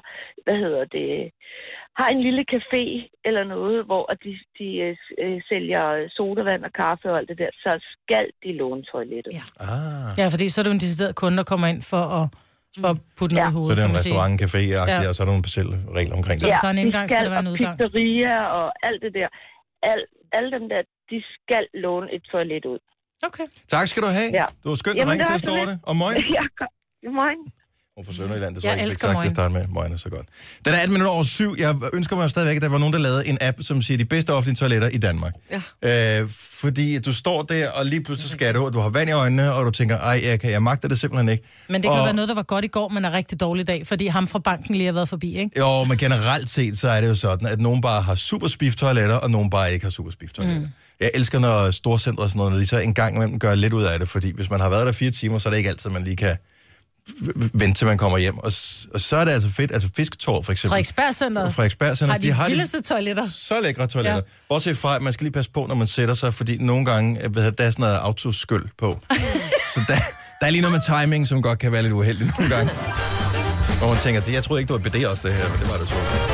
har en lille café eller noget, hvor de sælger sodavand og kaffe og alt det der, så skal de låne toilettet. Ja, fordi så er det en decideret kunde, der kommer ind for at putte noget i hovedet. Så det er en restaurant, café, og så er der nogle specielle regler omkring det. Så hvis der er en indgang, skal der være en udgang. Pizzeria og alt det der. Alle dem der, de skal låne et toilet ud. Okay. Tak skal du have. Ja. Du var skønt at ringe til os, Dorte. Og morgen. Ja, morgen. Og for Sønderjylland, det tror jeg ikke sagt til at starte med. Morgen er så godt. Den er 18:07. Jeg ønsker mig stadigvæk, at der var nogen, der lavede en app, som siger de bedste offentlige toiletter i Danmark. Ja. Fordi du står der, og lige pludselig skal du har vand i øjnene, og du tænker, jeg magter det simpelthen ikke. Men det kan være noget, der var godt i går, men er rigtig dårlig i dag, fordi ham fra banken lige har været forbi, ikke? Jo, men generelt set, så er det jo sådan, at nogen bare har super spift toiletter, og nogen bare ikke har super spift toiletter. Jeg elsker, når storcentre og sådan noget, når de så en gang imellem gør lidt ud af det, fordi hvis man har været der 4 timer, så er det ikke altid, man lige kan vente til man kommer hjem. Og så er det altså fedt. Altså Fisketorvet for eksempel. Frederiksberg-centret. De har de vildeste toiletter. Så lækre toiletter. Ja. Bortset fra, at man skal lige passe på, når man sætter sig, fordi nogle gange, der er sådan noget autoskyld på. Så der er lige noget med timing, som godt kan være lidt uheldigt nogle gange. Og man tænker, jeg troede ikke, det var BD også det her, men det var det så.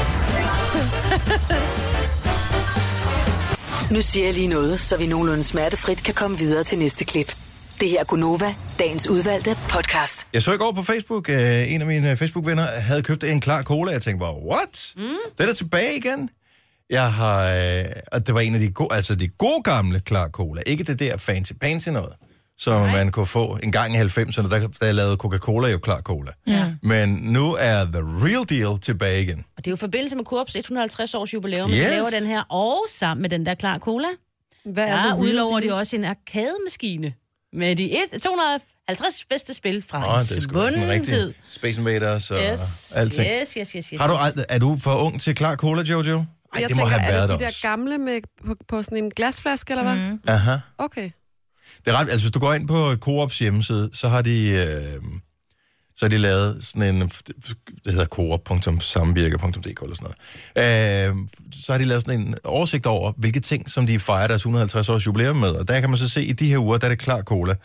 Nu siger jeg lige noget, så vi nogenlunde smertefrit kan komme videre til næste klip. Det her er Gunova, dagens udvalgte podcast. Jeg så i går på Facebook, en af mine Facebook-venner havde købt en klar cola. Jeg tænkte bare, what? Det er der tilbage igen? Og det var en af de gode gamle klar cola. Ikke det der fancy noget, som man kunne få en gang i 90'erne, der lavede Coca-Cola jo klar cola. Ja. Men nu er the real deal tilbage igen. Og det er jo i forbindelse med Coops 150 års jubilæum, man laver den her, og sammen med den der klar cola. Hvad er det? Udlover de også en arkademaskine med de 250 bedste spil fra en svunden tid. Space Invaders og alting. Yes. Er du for ung til klar cola, Jojo? Ej, jeg det må tænker, have været er det de også. der gamle med på sådan en glasflaske, eller hvad? Aha. Okay. Det er ret, altså hvis du går ind på Coops hjemmeside, så har de lavet sådan en, det hedder coop.samvirke.dk eller sådan noget. Så har de lavet sådan en oversigt over, hvilke ting, som de fejrer deres 150 års jubilæum med. Og der kan man så se, i de her uger, der er det klar cola.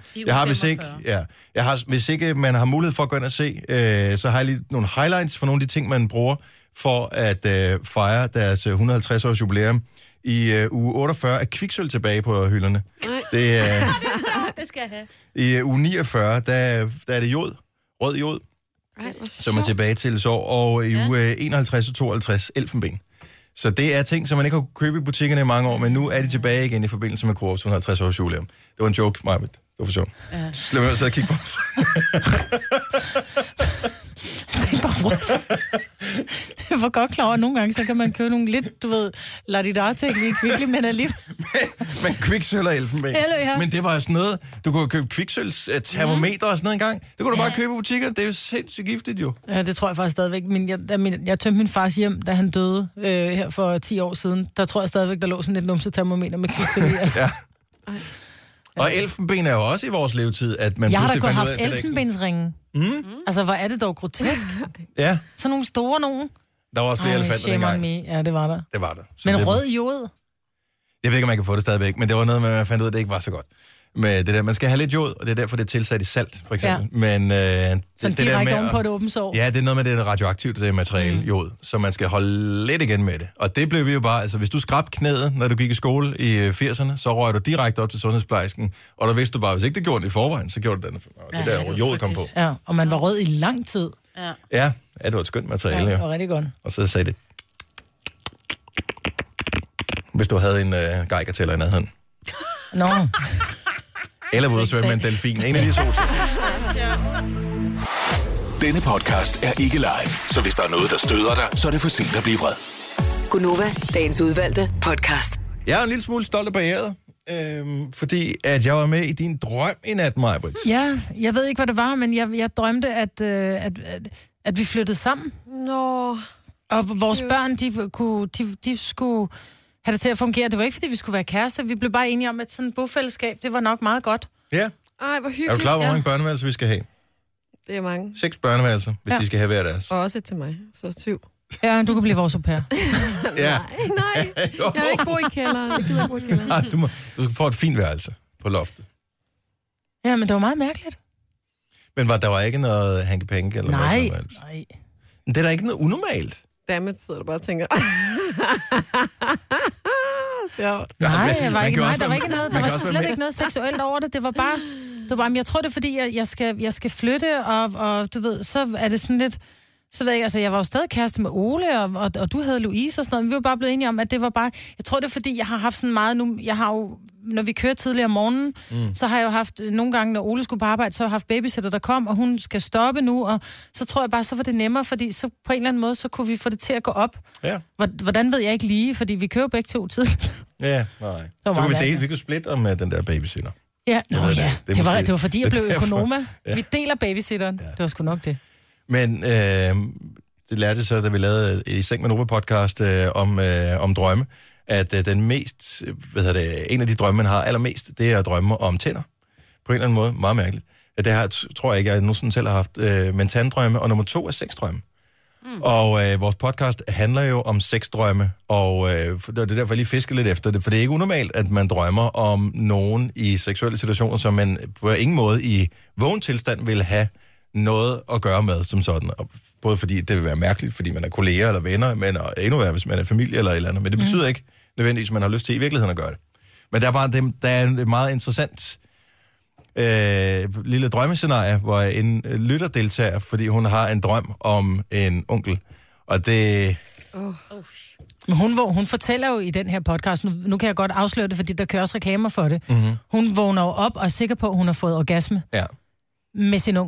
Hvis ikke man har mulighed for at gå ind og se, så har jeg lige nogle highlights for nogle af de ting, man bruger for at fejre deres 150 års jubilæum. I uge 48 er kviksøl tilbage på hylderne. Det skal jeg have. I uge 49, der er det jod. Rød jod, som er tilbage til så, og i uge 51 og 52 elfenben. Så det er ting, som man ikke har kunnet købe i butikkerne i mange år, men nu er de tilbage igen i forbindelse med Coop 150 års jubilæum. Det var en joke, Majbet. Det var for sjovt. Lad mig at kigge på os. Det er bare rundt. Det var godt klar over, at nogle gange, så kan man købe nogle lidt, du ved, ladidar-teknik, virkelig, men alligevel. Men kviksøl og elfenben. Men det var sådan noget, du kunne købe kviksølstermometer og sådan noget engang. Det kunne du bare købe i butikkerne. Det er jo sindssygt giftigt, jo. Ja, det tror jeg faktisk stadigvæk. Jeg tømte min fars hjem, da han døde her for 10 år siden. Der tror jeg stadigvæk, der lå sådan et numsetermometer med kviksøl i. Altså. Ja. Og elfenben er jo også i vores levetid, at man jeg har da pludselig godt haft elfenbensringen. Altså, hvor er det dog grotesk? Ja. Sådan nogle store nogen. Der var også flere elefanter dengang. Ja, det var der. Det var der. Men rød jod? Jeg ved ikke, om man kan få det stadigvæk, men det var noget, man fandt ud af, at det ikke var så godt. Med det der, man skal have lidt jod, og det er derfor, det er tilsat i salt, for eksempel. Ja. Men sådan det der med oven på et åbent sår. Ja, det er noget med det radioaktivt, det materiale, jod, så man skal holde lidt igen med det. Og det blev vi jo bare, altså hvis du skrabte knæet, når du gik i skole i 80'erne, så røg du direkte op til sundhedsplejersken, og der vidste du bare, hvis ikke det gjorde det i forvejen, så gjorde det den, det der jod kom på. Ja, og man var rød i lang tid. Ja, det var et skønt materiale. Ja, det var rigtig godt. Og så sagde det, hvis du havde en geigertæller i nærheden. Nå. Eller ude at svømme med en delfin. En af de to ting. Denne podcast er ikke live, så hvis der er noget, der støder dig, så er det for sent at blive vred. Gunova, dagens udvalgte podcast. Jeg er en lille smule stolt og beæret, fordi at jeg var med i din drøm i nat, Majbrit. Ja, jeg ved ikke, hvad det var, men jeg drømte, at vi flyttede sammen. Nå. Og vores børn, de skulle have det til at fungere. Det var ikke, fordi vi skulle være kærester. Vi blev bare enige om, at sådan et bofællesskab, det var nok meget godt. Ja. Ej, hvor hyggeligt. Er du klar, hvor mange børneværelser vi skal have? Det er mange. 6 børneværelser, hvis de skal have hver deres. Og også et til mig, så 7. Ja, du kan blive vores au pair. Ja. Nej. Jeg vil ikke bo i kælderen. Jeg gider ikke bo i kælderen. Du skal få et fint værelse på loftet. Ja, men det var meget mærkeligt. Men der var ikke noget hanky-panky eller noget? Nej. Men det er da ikke noget unormalt. Dammit, sidder du bare og tænker. Nej, der var ikke noget. Der var slet ikke noget seksuelt over det. Det var bare, men jeg tror det er fordi jeg skal flytte og du ved, så er det sådan lidt. Så ved jeg, altså jeg var jo stadig kæreste med Ole, og du havde Louise og sådan noget, men vi var bare blevet enige om, at det var bare, jeg tror det er fordi, jeg har haft sådan meget nu, jeg har jo, når vi kører tidligere om morgenen, så har jeg jo haft, nogle gange, når Ole skulle på arbejde, så har jeg haft babysitter, der kom, og hun skal stoppe nu, og så tror jeg bare, så var det nemmere, fordi så på en eller anden måde, så kunne vi få det til at gå op. Ja. Hvordan ved jeg ikke lige, fordi vi kører begge to tid. Ja, nej. Vi kunne splitte om den der babysitter. Ja, det var fordi, jeg blev økonoma. Ja. Vi deler babysitteren. Ja. Det var sgu nok det. Men det lærte så, da vi lavede i Seng med Nova podcast om drømme, at den mest, en af de drømme, man har allermest, det er at drømme om tænder. På en eller anden måde. Meget mærkeligt. Det her tror jeg ikke, jeg nogensinde selv har haft. Men tanddrømme, og nummer 2 er sexdrømme. Og vores podcast handler jo om sexdrømme, og det er derfor, jeg lige fisker lidt efter det, for det er ikke unormalt, at man drømmer om nogen i seksuelle situationer, som man på ingen måde i vågen tilstand vil have noget at gøre med som sådan. Og både fordi det vil være mærkeligt, fordi man er kolleger eller venner, men endnu værre, hvis man er familie eller et eller andet. Men det betyder ikke nødvendigvis, at man har lyst til i virkeligheden at gøre det. Men der er et meget interessant lille drømmescenarie, hvor en lytter deltager, fordi hun har en drøm om en onkel. Og det... Men hun fortæller jo i den her podcast, nu kan jeg godt afsløre det, fordi der kører også reklamer for det. Hun vågner jo op og er sikker på, at hun har fået orgasme med sin onkel.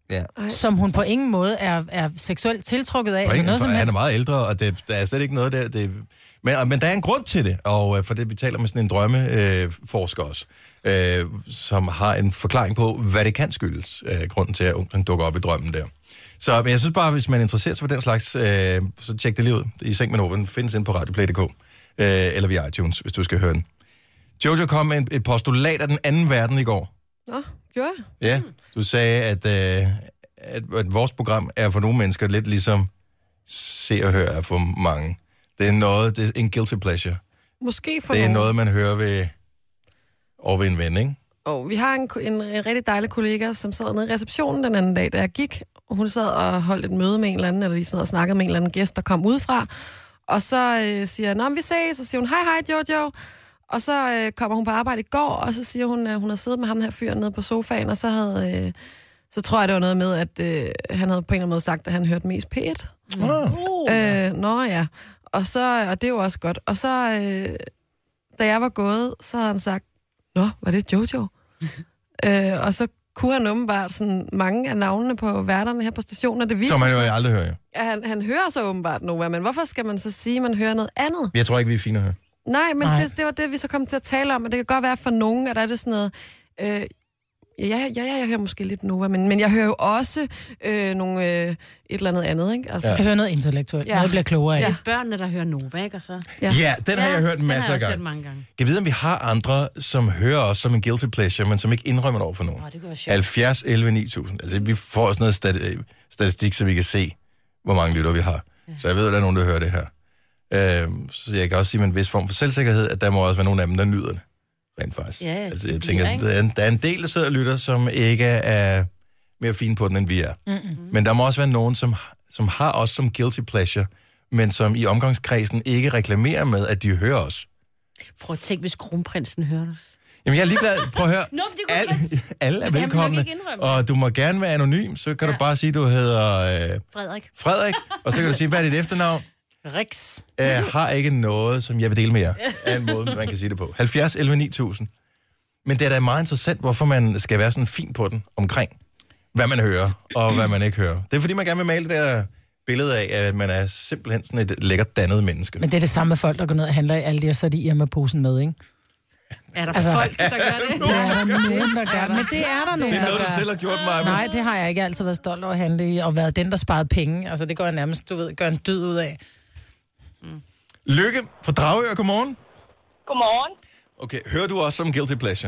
som hun på ingen måde er seksuelt tiltrukket af. Han er meget ældre, og der er slet ikke noget der. Men der er en grund til det, og for det vi taler med sådan en drømmeforsker også, som har en forklaring på, hvad det kan skyldes, grunden til, at han dukker op i drømmen der. Så men jeg synes bare, hvis man er interesseret for den slags, så tjek det lige ud. I Seng med Nova, den findes inde på radioplay.dk, eller via iTunes, hvis du skal høre den. Jojo kom med et postulat af den anden verden i går. Nå, gjorde jeg? Ja, du sagde, at vores program er for nogle mennesker lidt ligesom Se og Hør er for mange. Det er en guilty pleasure. Måske for det er nogen. noget, man hører over ved en ven, ikke? Og vi har en rigtig dejlig kollega, som sad nede i receptionen den anden dag, da jeg gik. Og hun sad og holdt et møde med en eller anden, eller de sad og snakkede med en eller anden gæst, der kom udefra. Og så siger jeg, nå, vi ses. Og så siger hun, hej Jojo. Og så kommer hun på arbejde i går, og så siger hun, at hun havde siddet med ham her fyren nede på sofaen, og så tror jeg, det var noget med, at han havde på en eller anden måde sagt, at han hørte mest P1. Nå ja. Og det er jo også godt. Og så, da jeg var gået, så havde han sagt, nå, var det Jojo? Og så kunne han åbenbart sådan mange af navnene på værterne her på stationen, og det viser som man jo aldrig hører. Ja, han hører så åbenbart Nova, men hvorfor skal man så sige, at man hører noget andet? Jeg tror ikke, vi er fine at høre. Nej, men det var det, vi så kom til at tale om, og det kan godt være for nogen, at der er det sådan noget... jeg hører måske lidt Nova, men jeg hører jo også et eller andet, ikke? Altså. Jeg hører noget intellektuelt, noget bliver klogere af. Det er børnene, der hører Nova, ikke? Og så... Ja, den har jeg hørt en masse af gange. Mange gange. Jeg ved, om vi har andre, som hører os som en guilty pleasure, men som ikke indrømmer over for nogen. Det kunne være sjovt. 70, 11, 9000. Altså, vi får også noget statistik, så vi kan se, hvor mange lytter vi har. Ja. Så jeg ved, at der er nogen, der hører det her. Så jeg kan også sige med en vis form for selvsikkerhed, at der må også være nogle af dem, der nyder det. Rent faktisk. Ja, altså, jeg tænker, der er en del, der sidder og lytter, som ikke er mere fine på den, end vi er. Mm-hmm. Men der må også være nogen, som har os som guilty pleasure, men som i omgangskredsen ikke reklamerer med, at de hører os. Prøv at tænke, hvis kronprinsen hørte os. Jamen, jeg er ligeglad. Prøv at høre. Alle er velkomne. Og du må gerne være anonym, så kan du bare sige, at du hedder... Frederik. Og så kan du sige, hvad er dit efternavn? Rex. Har ikke noget, som jeg vil dele med jer. Af en måde, man kan sige det på. 70, 11, 9000. Men det er da meget interessant, hvorfor man skal være sådan fin på den omkring, hvad man hører og hvad man ikke hører. Det er fordi, man gerne vil male det der billede af, at man er simpelthen sådan et lækkert dannet menneske. Men det er det samme med folk, der går ned og handler i alle de, og så er de Irma-posen med, ikke? Er der folk, der gør det? Ja, der er nogen, der gør det. Men det er der nogen, der gør. Det er noget, du selv har gjort mig. Nej, det har jeg ikke altid været stolt over at handle i, og været den, der sparede penge. Altså, det går jeg nærmest, gør en død ud af. Lykke fra Dragør, godmorgen. Godmorgen. Okay, hører du også som guilty pleasure?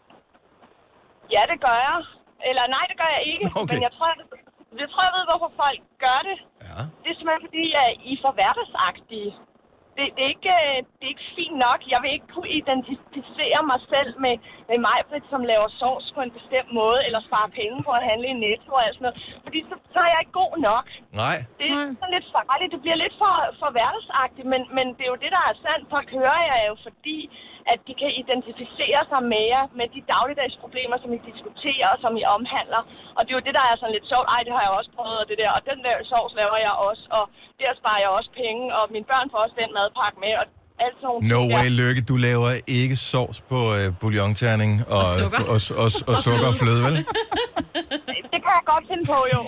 Ja, det gør jeg. Eller nej, det gør jeg ikke. Okay. Men jeg tror, jeg ved, hvorfor folk gør det. Ja. Det er simpelthen fordi, at I er for hverdagsagtige. Det er ikke fint nok. Jeg vil ikke kunne identificere mig selv med mig, som laver sovs på en bestemt måde, eller spare penge på at handle i Netto og sådan noget. Fordi så er jeg ikke god nok. Nej. Det er sådan lidt farligt. Det bliver lidt for hverdagsagtigt, men det er jo det, der er sandt. Folk hører jeg jo, fordi at de kan identificere sig mere med de dagligdags problemer, som I diskuterer og som I omhandler. Og det er jo det, der er sådan lidt sjovt. Ej, det har jeg også prøvet, og det der. Og den der sovs laver jeg også, og der sparer jeg også penge, og mine børn får også den madpakke med, og alt sådan No way, Lykke. Du laver ikke sovs på bouillonterning og sukker og fløde, vel? Det kan jeg godt finde på, jo.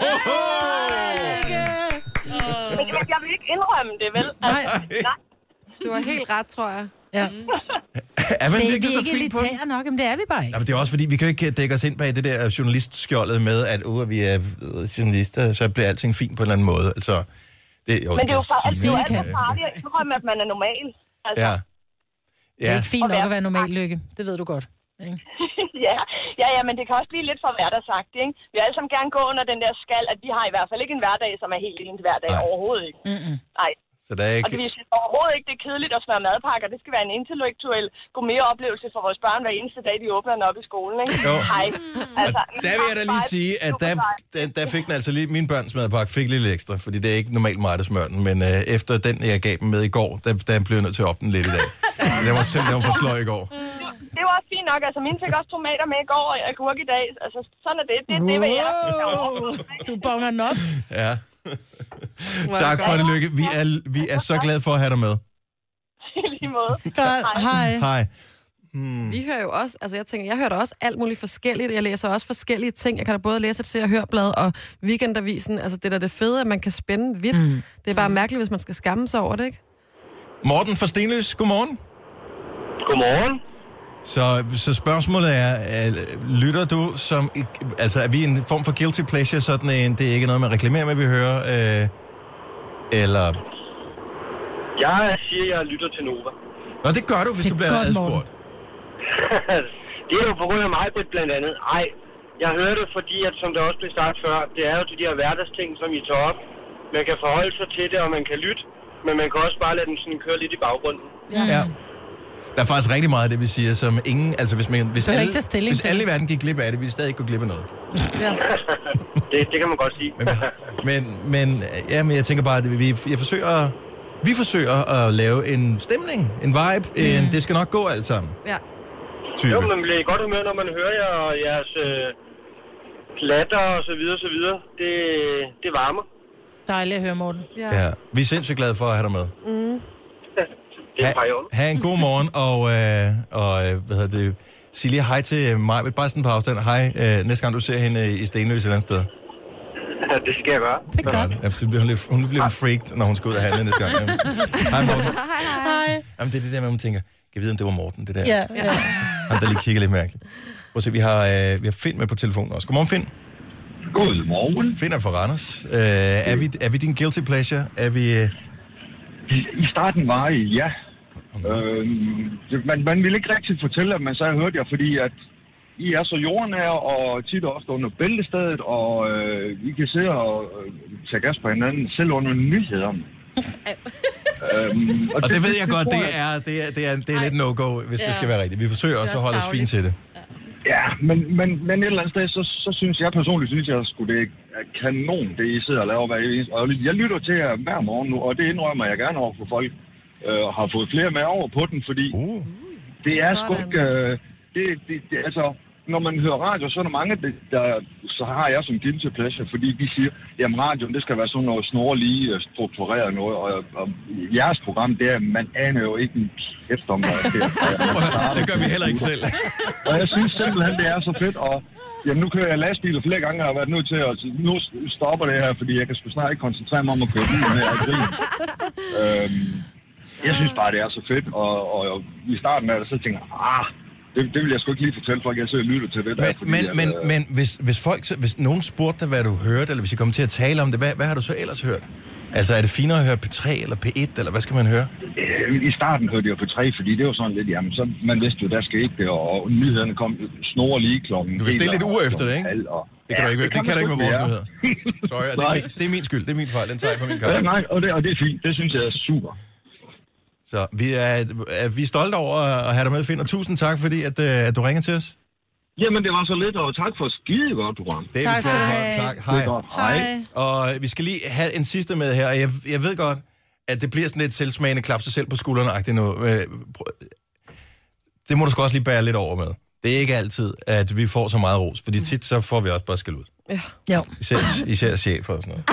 Men jeg vil ikke indrømme det, vel? Nej. Du har helt ret, tror jeg. Ja. Er man det er ikke vi så ikke fint på elitære nok, men det er vi bare ikke. Ja, men det er også fordi, vi kan jo ikke dække os ind bag det der journalistskjoldet med, at vi er journalister, så bliver alting fint på en eller anden måde. Altså, men det er jo alt for farligt at indrømme, at man er normal. Altså. Ja. Det er ikke fint nok at være normal, Lykke. Det ved du godt. Ikke? ja, men det kan også blive lidt for hverdagsagtigt, ikke? Vi vil alle sammen gerne gå under den der skal, at vi har i hvert fald ikke en hverdag, som er helt ens hverdag. Overhovedet ikke. Nej. Så der er ikke... Og det vil sige overhovedet ikke, det er kedeligt at smøre madpakker. Det skal være en intellektuel gourmet-oplevelse for vores børn hver eneste dag, de åbner den op i skolen, ikke? Jo. Hej. Altså, der vil jeg da lige sige, at der fik den altså lige... Min børns madpakke fik lidt ekstra, fordi det er ikke normalt mig, der smører den. Men efter den, jeg gav dem med i går, der blev jeg nødt til at åbne den lidt i dag. Den var simpelthen for sløj i går. Det var også fint nok. Altså, mine fik også tomater med i går, og agurk i dag. Altså, sådan er det. Det vil jeg. Du bonger den op. Ja. Tak for det, Lykke. Vi er så glade for at have dig med. I lige måde. Hej. Hej. Vi hører jo også, altså jeg hører da også alt muligt forskelligt. Jeg læser også forskellige ting. Jeg kan da både læse et Se og Hør-blad og Weekendavisen. Altså det er da det fede, at man kan spænde vidt. Det er bare mærkeligt, hvis man skal skamme sig over det, ikke? Morten fra Stenløs, godmorgen. Godmorgen. Så spørgsmålet er, lytter du som... Altså er vi en form for guilty pleasure, sådan en, det er ikke noget, man reklamerer med, vi hører, eller... Jeg siger, jeg lytter til Nova. Nå, det gør du, hvis du bliver adspurgt. Det er jo på grund af mig, blandt andet. Ej, jeg hører det, fordi, at, som det også blev sagt før, det er jo de her hverdagsting, som I tager op. Man kan forholde sig til det, og man kan lytte, men man kan også bare lade den sådan køre lidt i baggrunden. Ja. Der er faktisk rigtig meget af det, vi siger, som ingen... Altså, hvis alle i verden gik glip af det, ville vi stadig ikke gå glip af noget. Ja. det kan man godt sige. men jeg tænker bare, at vi forsøger at lave en stemning, en vibe, det skal nok gå alt sammen. Ja. Type. Jo, man bliver godt humør, når man hører jeres klatter og så videre, så videre. Det varmer. Dejligt at høre, Morten. Ja. Vi er sindssygt glade for at have dig med. Ha' en god morgen, og sig lige hej til mig, bare sådan på afstand. Hej, næste gang du ser hende i Stenløs et eller andet sted. Ja, det skal jeg gøre. Det er godt. Ja, så bliver hun bliver freaked, når hun skal ud og handle næste gang. Hej, Morten. Hej. Jamen, det er det der med, man tænker, kan jeg vide, om det var Morten, det der? Ja. Han der lige kigger lidt mærkeligt. Prøv at se, vi har Finn med på telefonen også. Godmorgen, Finn. Godmorgen. Finn er fra Randers. Er vi din guilty pleasure? Er vi... I starten var I, ja. Man ville ikke rigtig fortælle, at man så hørte jer, fordi at I er så jordnære, og tit også under bæltestedet, og I kan sidde og tage gas på hinanden, selv under nyhederne. Og det ved jeg godt, det er lidt no-go, hvis det skal være rigtigt. Vi forsøger også at holde os fint til det. Ja, men et eller andet sted, så synes jeg personligt, jeg skulle det er kanon, det I sidder og laver hver eneste. Og jeg lytter til jer hver morgen nu, og det indrømmer jeg gerne over for folk. Har fået flere med over på den, fordi det er sgu ikke... altså, når man hører radio, så er der mange, så har jeg som guilty pleasure, fordi de siger, jamen radioen, det skal være sådan noget snorlige, struktureret noget, og jeres program, det er, man aner jo ikke en efter om, hvad der sker. Det gør vi heller ikke selv. Og jeg synes simpelthen, det er så fedt, og jamen, nu kører jeg lastbiler flere gange, og jeg har været nødt til at... Nu stopper det her, fordi jeg kan sgu snart ikke koncentrere mig om at køre bilen her og grine. Jeg synes bare, det er så fedt, og i starten af det, så tænker jeg, det vil jeg sgu ikke lige fortælle folk, jeg så lytter til det der. Men hvis nogen spurgte dig, hvad du hørte, eller hvis I kom til at tale om det, hvad har du så ellers hørt? Altså, er det finere at høre P3 eller P1, eller hvad skal man høre? I starten hørte jeg P3, fordi det var sådan lidt, jamen, så man vidste jo, der skal ikke det, og nyhederne kom snore lige klokken. Du kan stille lidt uger efter det, ikke? Det kan du ikke, det kan du ikke med vores nyheder. Sorry, det er min skyld, det er min fejl, den tager jeg på min karte. Nej, og det er fint, det synes jeg er super. Så vi er stolte over at have dig med, Finn, og tusind tak, fordi at du ringer til os. Jamen, det var så lidt, og tak for et skide godt program. Det er tak skal du have. Tak, hej. Og vi skal lige have en sidste med her, og jeg ved godt, at det bliver sådan lidt selvsmagende klap sig selv på skuldrene-agtigt nu. Det må du sgu også lige bære lidt over med. Det er ikke altid, at vi får så meget ros, fordi tit så får vi også bare skæld ud. Ja. Jo. Især chefer og sådan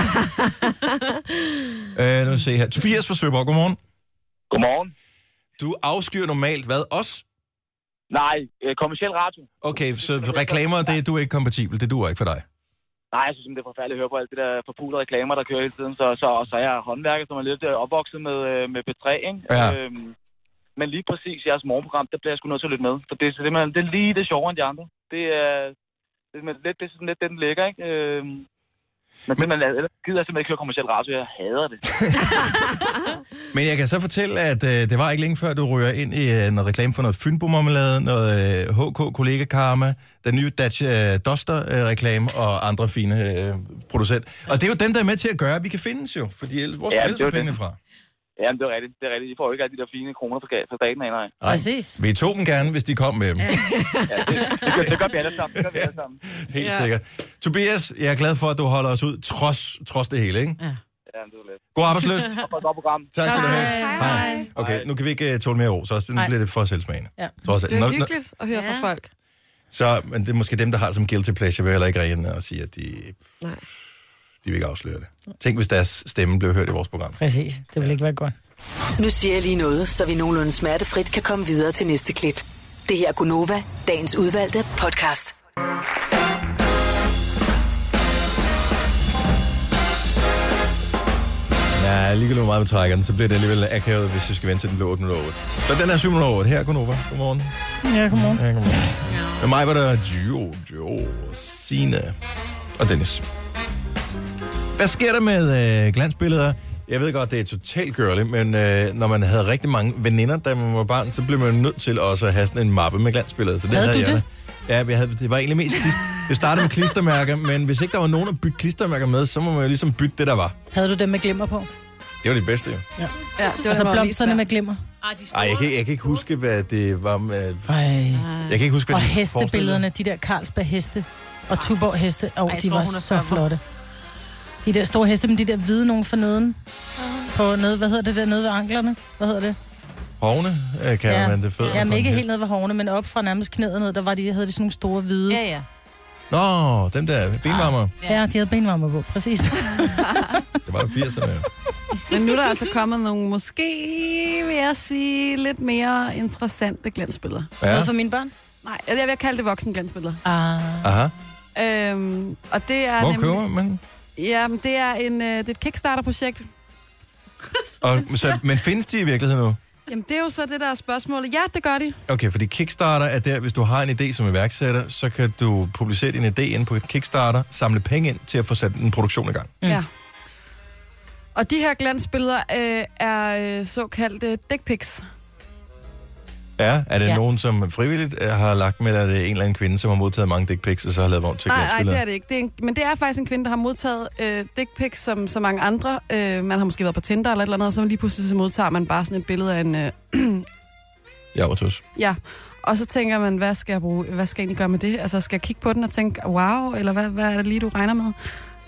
noget. Nu se her. Tobias fra Søborg, godmorgen. Godmorgen. Du afskyr normalt hvad? Os? Nej, kommerciel radio. Okay, så reklamer, det er du ikke kompatibel. Det duer ikke for dig. Nej, jeg synes, det er forfærdeligt at høre på alt det der forpulede reklamer, der kører hele tiden. Så er jeg håndværker, som er lidt opvokset med P3, ikke? Ja. Men lige præcis jeres morgenprogram, der bliver jeg sgu nødt til at lytte med. For det er lige det sjovere end de andre. Det er sådan lidt den ligger, ikke? Men man gider simpelthen ikke høre kommerciel radio. Jeg hader det. Men jeg kan så fortælle, at det var ikke længe før, du ryger ind i noget reklame for noget Fynbo-marmelade, noget HK Kollega Karma, den nye Dacia Duster-reklame og andre fine producenter. Og det er jo dem, der er med til at gøre, at vi kan findes jo, fordi ellers hvor skal ellers få pengene fra? Ja, det er rigtigt. I får jo ikke alle de der fine kroner for staten af, nej. Præcis. Vi tog dem gerne, hvis de kom med dem. Ja, det gør vi alle sammen. Helt sikkert. Tobias, jeg er glad for, at du holder os ud, trods det hele, ikke? Ja, det er lidt. God arbejdsløst. Godt program. Tak skal du have. Hej. Okay, nu kan vi ikke tåle mere ros, så nu bliver det for selvsmagende. Ja. Det er hyggeligt at høre fra folk. Så, men det er måske dem, der har som guilty pleasure, vil heller ikke ringe og sige, at de vil ikke afsløre det. Tænk, hvis deres stemme blev hørt i vores program. Præcis, det vil ikke være godt. Nu siger jeg lige noget, så vi nogenlunde smertefrit kan komme videre til næste klip. Det her er Gunova, dagens udvalgte podcast. Ja, lige meget med trækkeren, så bliver det alligevel akavet, hvis jeg skal vente til den blev 8:08. Så den er 7:08. Her er Gunova. Godmorgen. Ja, godmorgen. Ja, godmorgen. Med mig var der Jojo, Signe og Dennis. Hvad sker der med glansbilleder? Jeg ved godt, det er totalt girly, men når man havde rigtig mange veninder, da man var barn, så blev man nødt til også at have sådan en mappe med glansbilleder. Så det havde jeg. Ja, det var egentlig mest det startede med klistermærker, men hvis ikke der var nogen at bytte klistermærker med, så må man jo ligesom bytte det, der var. Havde du dem med glimmer på? Det var det bedste, jo. Ja, det var altså blomsterne med glimmer. Jeg kan ikke huske, hvad det var med... Jeg kan ikke huske, hvad og hestebillederne, de der Carlsberg heste og Tuborg heste, de var så flotte. De der store heste, men de der hvide nogen for neden. På nede, hvad hedder det der nede ved anklerne? Hvad hedder det? Hovne, kan man det fødder. Ja, men ikke helt nede ved hovne, men op fra nærmest knæet ned, der var havde de sådan nogle store hvide. Ja. Nå, dem der benvarmer. Ja, de havde benvarmer på, præcis. Det var jo 80'erne. Men nu er der altså kommet nogle, måske vil jeg sige, lidt mere interessante glansbilleder. Ja. Noget for mine børn? Nej, jeg vil kalde det voksenglansbilleder. Aha. Og det er hvor køber man? Ja, det er et Kickstarter-projekt. Men findes de i virkeligheden nu? Jamen, det er jo så det, der er spørgsmålet. Ja, det gør de. Okay, fordi Kickstarter er der, hvis du har en idé som iværksætter, så kan du publicere din idé ind på et Kickstarter, samle penge ind til at få sat en produktion i gang. Ja. Og de her glansbilleder er såkaldte dick pics. Ja, er det nogen, som frivilligt har lagt med, eller er det en eller anden kvinde, som har modtaget mange dick pics, og så har lavet vogn til glansbilleder? Nej, det er det ikke. Men det er faktisk en kvinde, der har modtaget dick pics, som så mange andre. Man har måske været på Tinder eller et eller andet, og så lige pludselig så modtager man bare sådan et billede af en... Javatus. Ja, og så tænker man, hvad skal jeg egentlig gøre med det? Altså, skal jeg kigge på den og tænke, wow, eller hvad er det lige, du regner med?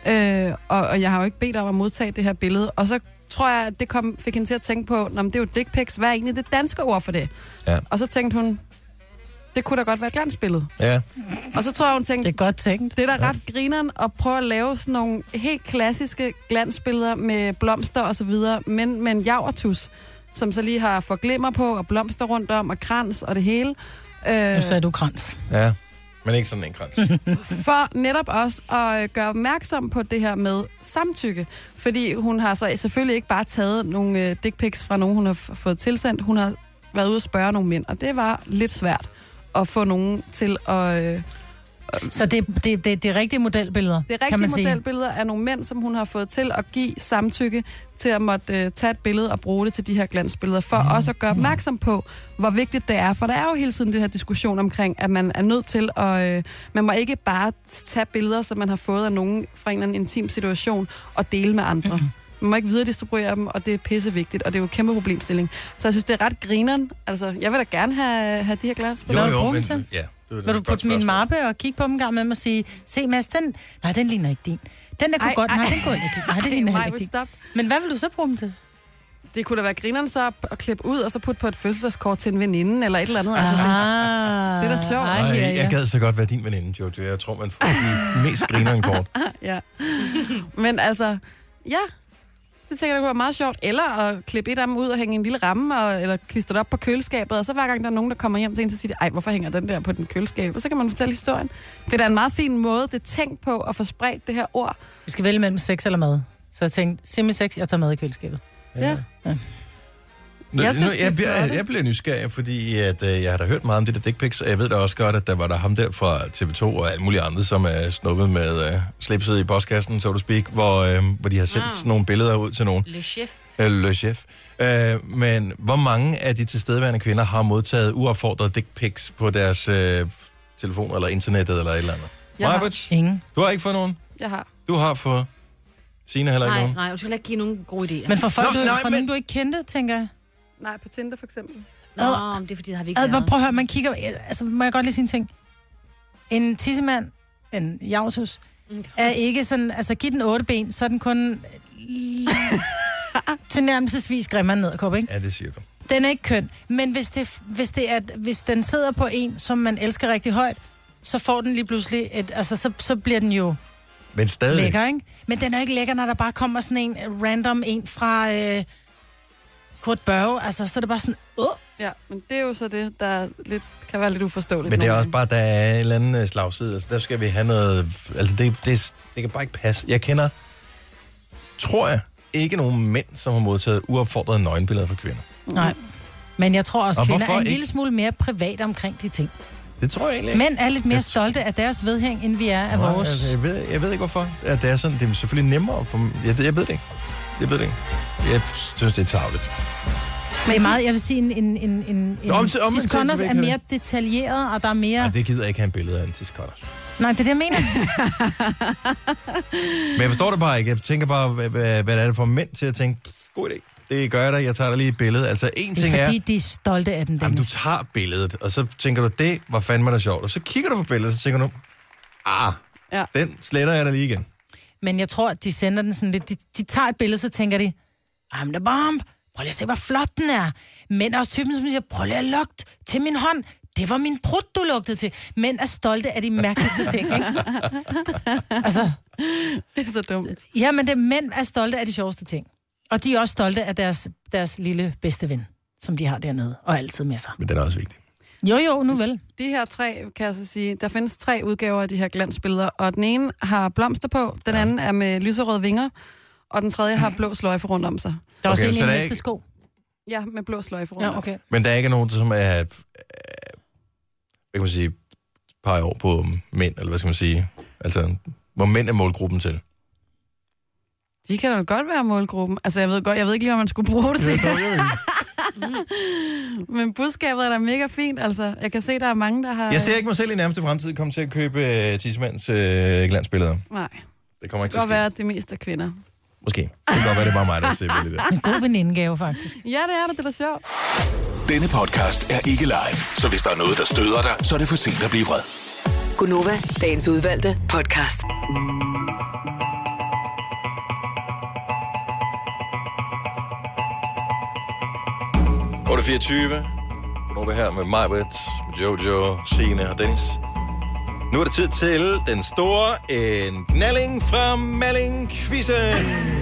Og jeg har jo ikke bedt om at modtage det her billede, og så tror jeg, at det fik hende til at tænke på, det er jo dick pics, hvad er egentlig det danske ord for det? Ja. Og så tænkte hun, det kunne da godt være et glansbillede. Ja. Og så tror jeg, hun tænkte, det er godt tænkt. Det er da ret grineren at prøve at lave sådan nogle helt klassiske glansbilleder med blomster og så videre, men med en javertus, som så lige har fået glimmer på, og blomster rundt om, og krans og det hele. Nu sagde du krans. Ja, men ikke sådan en krans. For netop også at gøre opmærksom på det her med samtykke. Fordi hun har så selvfølgelig ikke bare taget nogle dick pics fra nogen, hun har fået tilsendt. Hun har været ude og spørge nogle mænd, og det var lidt svært at få nogen til at... Så det er rigtige modelbilleder, det er rigtige modelbilleder af nogle mænd, som hun har fået til at give samtykke til at måtte tage et billede og bruge det til de her glansbilleder, for også at gøre opmærksom på, hvor vigtigt det er. For der er jo hele tiden det her diskussion omkring, at man er nødt til at... man må ikke bare tage billeder, som man har fået af nogen fra en eller anden intim situation, og dele med andre. Man må ikke videredistribuere dem, og det er pissevigtigt, og det er jo en kæmpe problemstilling. Så jeg synes, det er ret grineren. Altså, jeg vil da gerne have de her glansbilleder. Jo, men... Ja. Vil du putte min mappe og kigge på dem en gang med mig og sige, se Mads, den ligner ikke din. Den der kunne godt, nej, den kunne ikke. Nej, det ligner ikke din. Men hvad vil du så bruge dem til? Det kunne da være grineren så at klippe ud, og så putte på et fødselskort til en veninde, eller et eller andet. Altså, det er da sjovt. Jeg gad så godt være din veninde, Jojo. Jeg tror, man får de mest grineren kort. Ja. Men altså, ja... Det tænker jeg, det kunne være meget sjovt. Eller at klippe et af dem ud og hænge en lille ramme, eller klistre det op på køleskabet, og så hver gang der er nogen, der kommer hjem til en, så siger de, ej, hvorfor hænger den der på den køleskab? Og så kan man fortælle historien. Det er da en meget fin måde, det er tænkt på at få spredt det her ord. Vi skal vælge mellem sex eller mad. Så jeg tænkte, semi-sex, jeg tager mad i køleskabet. Ja. Jeg bliver nysgerrig, fordi at, jeg har da hørt meget om det der dick pics, og jeg ved da også godt, at der var der ham der fra TV2 og alle mulige andre, som er snuppet med slipset i postkassen, so to speak, hvor de har sendt nogle billeder ud til nogen. Le Chef. Men hvor mange af de tilstedeværende kvinder har modtaget uopfordrede dick pics på deres telefoner eller internettet eller et eller andet? Ingen. Du har ikke fået nogen? Jeg har. Du har fået... Signe heller ikke nogen? Nej, du skal ikke give nogen gode idéer. Men for folk, nogen du ikke kendte, tænker jeg. Nej, på Tinder for eksempel. Det er fordi, der har vi ikke været. Prøv at høre, man kigger... Altså, må jeg godt lige sige en ting? En tissemand, en javsus, er ikke sådan... Altså, giv den 8 ben, så er den kun... tilnærmelsesvis grimmere ned, ikke? Ja, det siger du. Den er ikke køn. Men hvis den sidder på en, som man elsker rigtig højt, så får den lige pludselig... så bliver den jo... Men stadig. Lækker, ikke? Men den er ikke lækker, når der bare kommer sådan en random en fra Kurt Børge, altså, så er det bare sådan, Ja, men det er jo så det, der lidt, kan være lidt uforståeligt. Men det er også bare, der er en eller anden slagside. Altså, der skal vi have noget... Altså, det kan bare ikke passe. Jeg kender, tror jeg, ikke nogen mænd, som har modtaget uopfordrede nøgenbilleder fra kvinder. Nej. Men jeg tror også, kvinder er en ikke? lille smule mere private omkring de ting. Det tror jeg egentlig ikke. Mænd er lidt mere stolte af deres vedhæng, end vi er af vores. Altså, jeg ved ikke, hvorfor. At det er sådan. Det er selvfølgelig nemmere for... Jeg ved det ikke. Jeg synes, det er tarveligt. Men meget, jeg vil sige, en Tisconners er mere detaljeret, og der er mere... Nej, det gider jeg ikke have en billede af en Tisconners. Nej, det er det, jeg mener. Men jeg forstår det bare ikke. Jeg tænker bare, hvad er det for mænd til at tænke, god idé. Det gør jeg da, jeg tager da lige et billede. Altså, en ting er... Det er fordi, de er stolte af den. Jamen, du tager billedet, og så tænker du, det var fandme da sjovt. Og så kigger du på billedet, og så tænker du, den sletter jeg da lige igen. Men jeg tror, at de sender den sådan lidt... De tager et billede, så tænker de, I'm the bomb. Prøv lige at se, hvor flot den er. Mænd er også typen, som siger, prøv lige at lugte til min hånd. Det var min prut, du lugtede til. Mænd er stolte af de mærkeligste ting, ikke? Altså... Det er så dumt. Ja, men mænd er stolte af de sjoveste ting. Og de er også stolte af deres lille bedste ven, som de har dernede, og altid med sig. Men det er også vigtigt. Jo, nu vel. De her 3, kan jeg så sige, der findes 3 udgaver af de her glansbilleder, og den ene har blomster på, den anden er med lyserøde vinger, og den tredje har blå sløjfe rundt om sig. Der er også en i næste sko. Ja, med blå sløjfe rundt om. Okay. Men der er ikke nogen, som er, hvad kan man sige, par år på mænd, eller hvad skal man sige, altså, hvor mænd er målgruppen til. De kan da godt være målgruppen. Altså, jeg ved ikke lige, hvad man skulle bruge det til. Men budskabet er da mega fint, altså. Jeg kan se, der er mange, der har... Jeg ser ikke mig selv i nærmeste fremtid komme til at købe Tissemands glansbilleder. Nej. Det kommer ikke til at ske. Det kan godt være, det mest af kvinder. Måske. Det kan godt være, det er bare mig, der ser det der. En god venindegave, faktisk. Ja, det er det. Det er da sjovt. Denne podcast er ikke live, så hvis der er noget, der støder dig, så er det for sent at blive vred. Gunova, dagens udvalgte podcast. Otte 24. Nova her med Majbrit, Jojo, Signe og Dennis. Nu er det tid til den store knalling fra Malling-quizzen.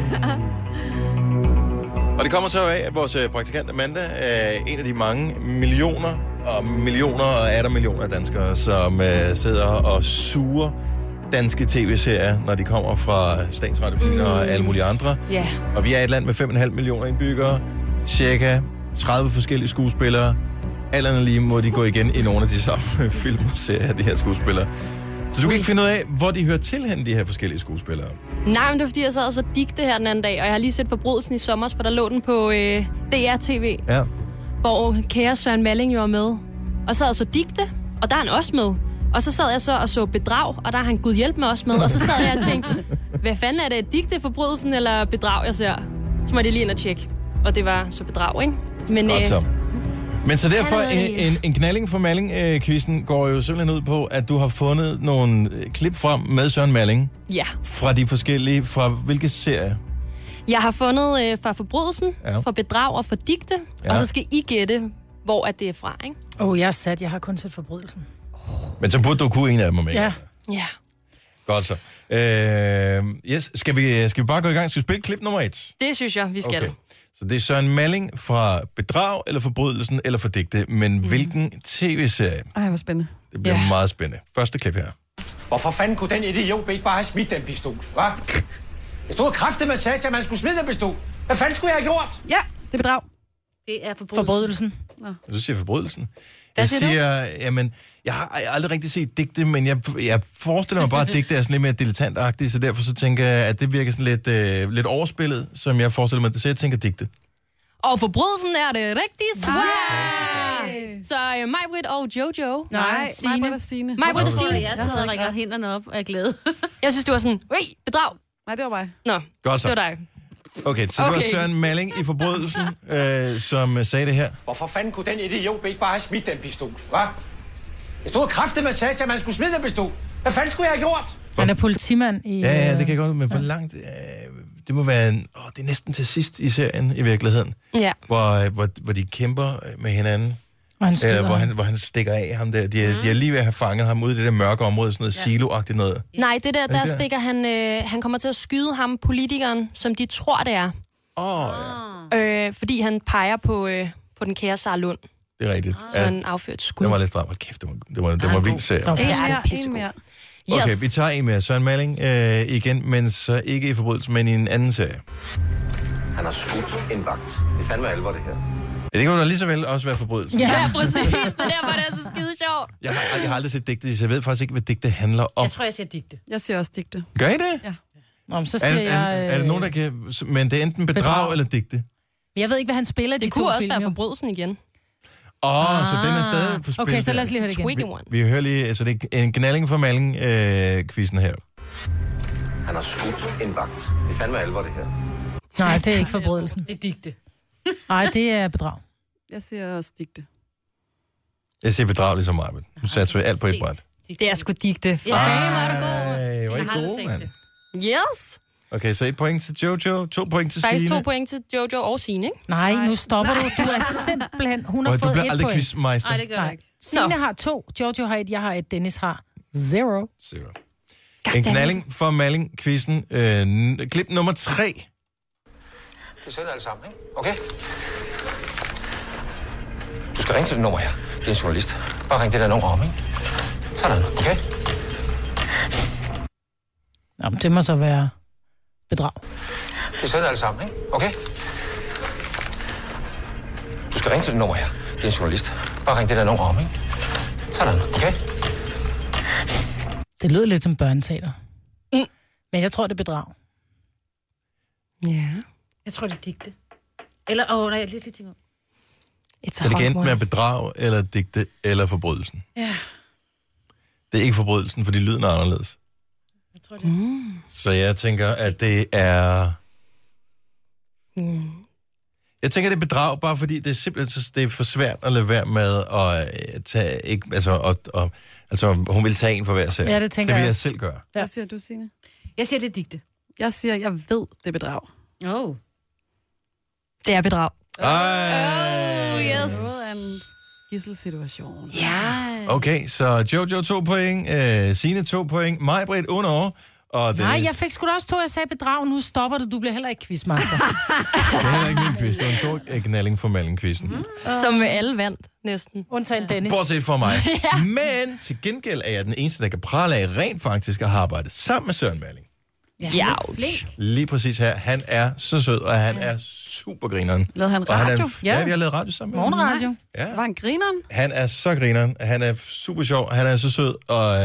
Og det kommer så af, at vores praktikant Amanda er en af de mange millioner og er der millioner af danskere, som sidder og suger danske tv-serier, når de kommer fra Statsradioen og alle mulige andre. Yeah. Og vi er et land med 5,5 millioner indbyggere, cirka 30 forskellige skuespillere. Alderne lige må de gå igen i nogle af de samme film og serier, de her skuespillere. Så du kan ikke finde ud af, hvor de hører til hen, de her forskellige skuespillere? Nej, men det er fordi, jeg sad og så digte her den anden dag, og jeg har lige set Forbrydelsen i sommer, for der lå den på DR-TV, hvor kære Søren Malling jo var med. Og så sad jeg så digte, og der er han også med. Og så sad jeg så Bedrag, og der er han Gud hjælp med også med. Og så sad jeg og tænkte, hvad fanden er det, digte, Forbrydelsen eller Bedrag, jeg ser? Så må jeg lige ind og tjekke. Og det var så Bedrag, ikke? Men, Men så derfor, en knalling for Malling-quizzen går jo simpelthen ud på, at du har fundet nogle klip frem med Søren Malling. Ja. Fra de forskellige, fra hvilke serier? Jeg har fundet fra Forbrydelsen, fra Bedrag og fra digte, og så skal I gætte, hvor at det er fra, ikke? Jeg har kun set Forbrydelsen. Men så burde du kunne en af dem, ikke? Ja. Godt så. Yes, skal vi bare gå i gang? Skal vi spille klip nummer 1? Det synes jeg, vi skal. Okay. Så det er Søren Malling fra Bedrag, eller Forbrydelsen, eller for digte. Men hvilken tv-serie? Ej, hvor spændende. Det bliver meget spændende. Første klip her. Hvorfor fanden kunne den idiot ikke bare have smidt den pistol, hva'? Jeg stod kraftigt med sagt, at man skulle smide den pistol. Hvad fanden skulle jeg have gjort? Ja, det er Bedrag. Det er Forbrydelsen. Så siger jeg Forbrydelsen. Hvad siger du? Jamen, jeg har aldrig rigtig set digte, men jeg forestiller mig bare, at digte er sådan lidt mere dilettantagtigt, så derfor så tænker jeg, at det virker sådan lidt overspillet, som jeg forestiller mig, så jeg tænker digte. Og Forbrydelsen er det rigtige svar. Så Majbrit og Jojo. Nej, Majbrit og Signe. Majbrit og Signe. Jeg sidder og rækker hænderne op af glæde. Jeg synes, du var sådan, Bedrag. Nej, det var mig. Nå, godt så. Det var dig. Okay, så det var Søren Malling i Forbrydelsen, som sagde det her. Hvorfor fanden kunne den idiot ikke bare have smidt den pistol, hva'? Jeg stod kraftigt med sagt, at man skulle smide den pistol. Hvad fanden skulle jeg have gjort? Han er politimand i... Ja, det kan godt, men hvor langt... det må være det er næsten til sidst i serien i virkeligheden. Ja. Hvor de kæmper med hinanden. Hvor han stikker af ham der. De er lige ved at have fanget ham ude i det der mørke område, sådan noget silo-agtigt noget. Nej, der stikker han... han kommer til at skyde ham, politikeren, som de tror, det er. Fordi han peger på den kære Sara Lund. Det er rigtigt. Så han affødt skud. Det var lidt stramt. Hold kæft, det var vildt serie. En mere. Okay, vi tager en mere. Søren Malling igen, men så ikke i forbrydelse, men i en anden serie. Han har skudt en vagt. Det er fandme alvor, det her. Ja, det kan jo da lige så vel også være forbrydelse. Ja, præcis. Det der var det så skide sjovt. Jeg har aldrig set digte, så jeg ved faktisk ikke, hvad digte handler om. Jeg tror, jeg siger digte. Jeg siger også digte. Gør I det? Ja. Nå, så siger er det nogen, der kan... Men det er enten bedrag eller digte? Jeg ved ikke, hvad han spiller i de to film. Det kunne også være forbrydelsen igen. Så den er stadig på spil. Okay, så lad os lige høre det igen. Vi hører lige... Altså, det er en gnalling for Malling-quizzen her. Han har skudt en vagt. Det er fandme alvor, det her. Nej, det er ikke forbrydelsen. Det er digte. Nej, det er bedrag. Jeg siger også digte. Jeg siger bedrag ligesom mig, men nu satte vi alt på et bræt. Det er sgu digte. Ja, var det god. Hvor er I gode, mand. Yes. Okay, så 1 point til Jojo, 2 point til Signe. Faktisk 2 point til Jojo og Signe, ikke? Nej, nu stopper du. Du er simpelthen... Hun har fået 1 point. Du bliver aldrig quizmeister. Nej, det gør jeg ikke. Signe har 2, Jojo har 1, jeg har 1, Dennis har 0. En knalling for Malling-quizzen. Klip nummer 3. Vi sætter alle sammen, ikke? Okay? Du skal ringe til det nummer her. Det er en journalist. Bare ring til det nummer om, ikke? Sådan, okay? Jamen, det må så være bedrag. Vi sætter alle sammen, ikke? Okay? Du skal ringe til det nummer her. Det er en journalist. Bare ring til det nummer om, ikke? Sådan, okay? Det lyder lidt som børneteater. Men jeg tror, det er bedrag. Ja. Jeg tror, det er digte. Eller, nej, jeg lige tænker om. Så det kan enten være bedrag, eller digte, eller forbrydelsen. Ja. Det er ikke forbrydelsen, fordi lyden er anderledes. Jeg tror det. Så jeg tænker, at det er... Jeg tænker, det er bedrag, bare fordi det er simpelthen det er for svært at lade være med at tage... Ikke, altså, hun vil tage en for hver serie. Ja, det tænker jeg. Det vil jeg jeg selv gøre. Hvad siger du, Signe? Jeg siger, det er digte. Jeg siger, jeg ved, det er bedrag. Det er bedrag. Yes. Noget af en gisselsituation. Ja. Okay, så Jojo 2 point, Signe 2 point, Maj-Britt under år. Nej, jeg fik sgu da også 2, jeg sagde bedrag. Nu stopper du bliver heller ikke quizmaster. Det er heller ikke min quiz. Det var en stor knalling for Malling-quizzen. Som med alle vandt, næsten. Undtagen Dennis. Bortset for mig. Men til gengæld er jeg den eneste, der kan prale af rent faktisk at have arbejdet sammen med Søren Malling. Ja, lige præcis her. Han er så sød, og han er super grineren. Lavede han radio? Ja, vi har lavet radio sammen. Morgenradio. Ja. Var han grineren? Han er så grineren. Han er super sjov. Han er så sød,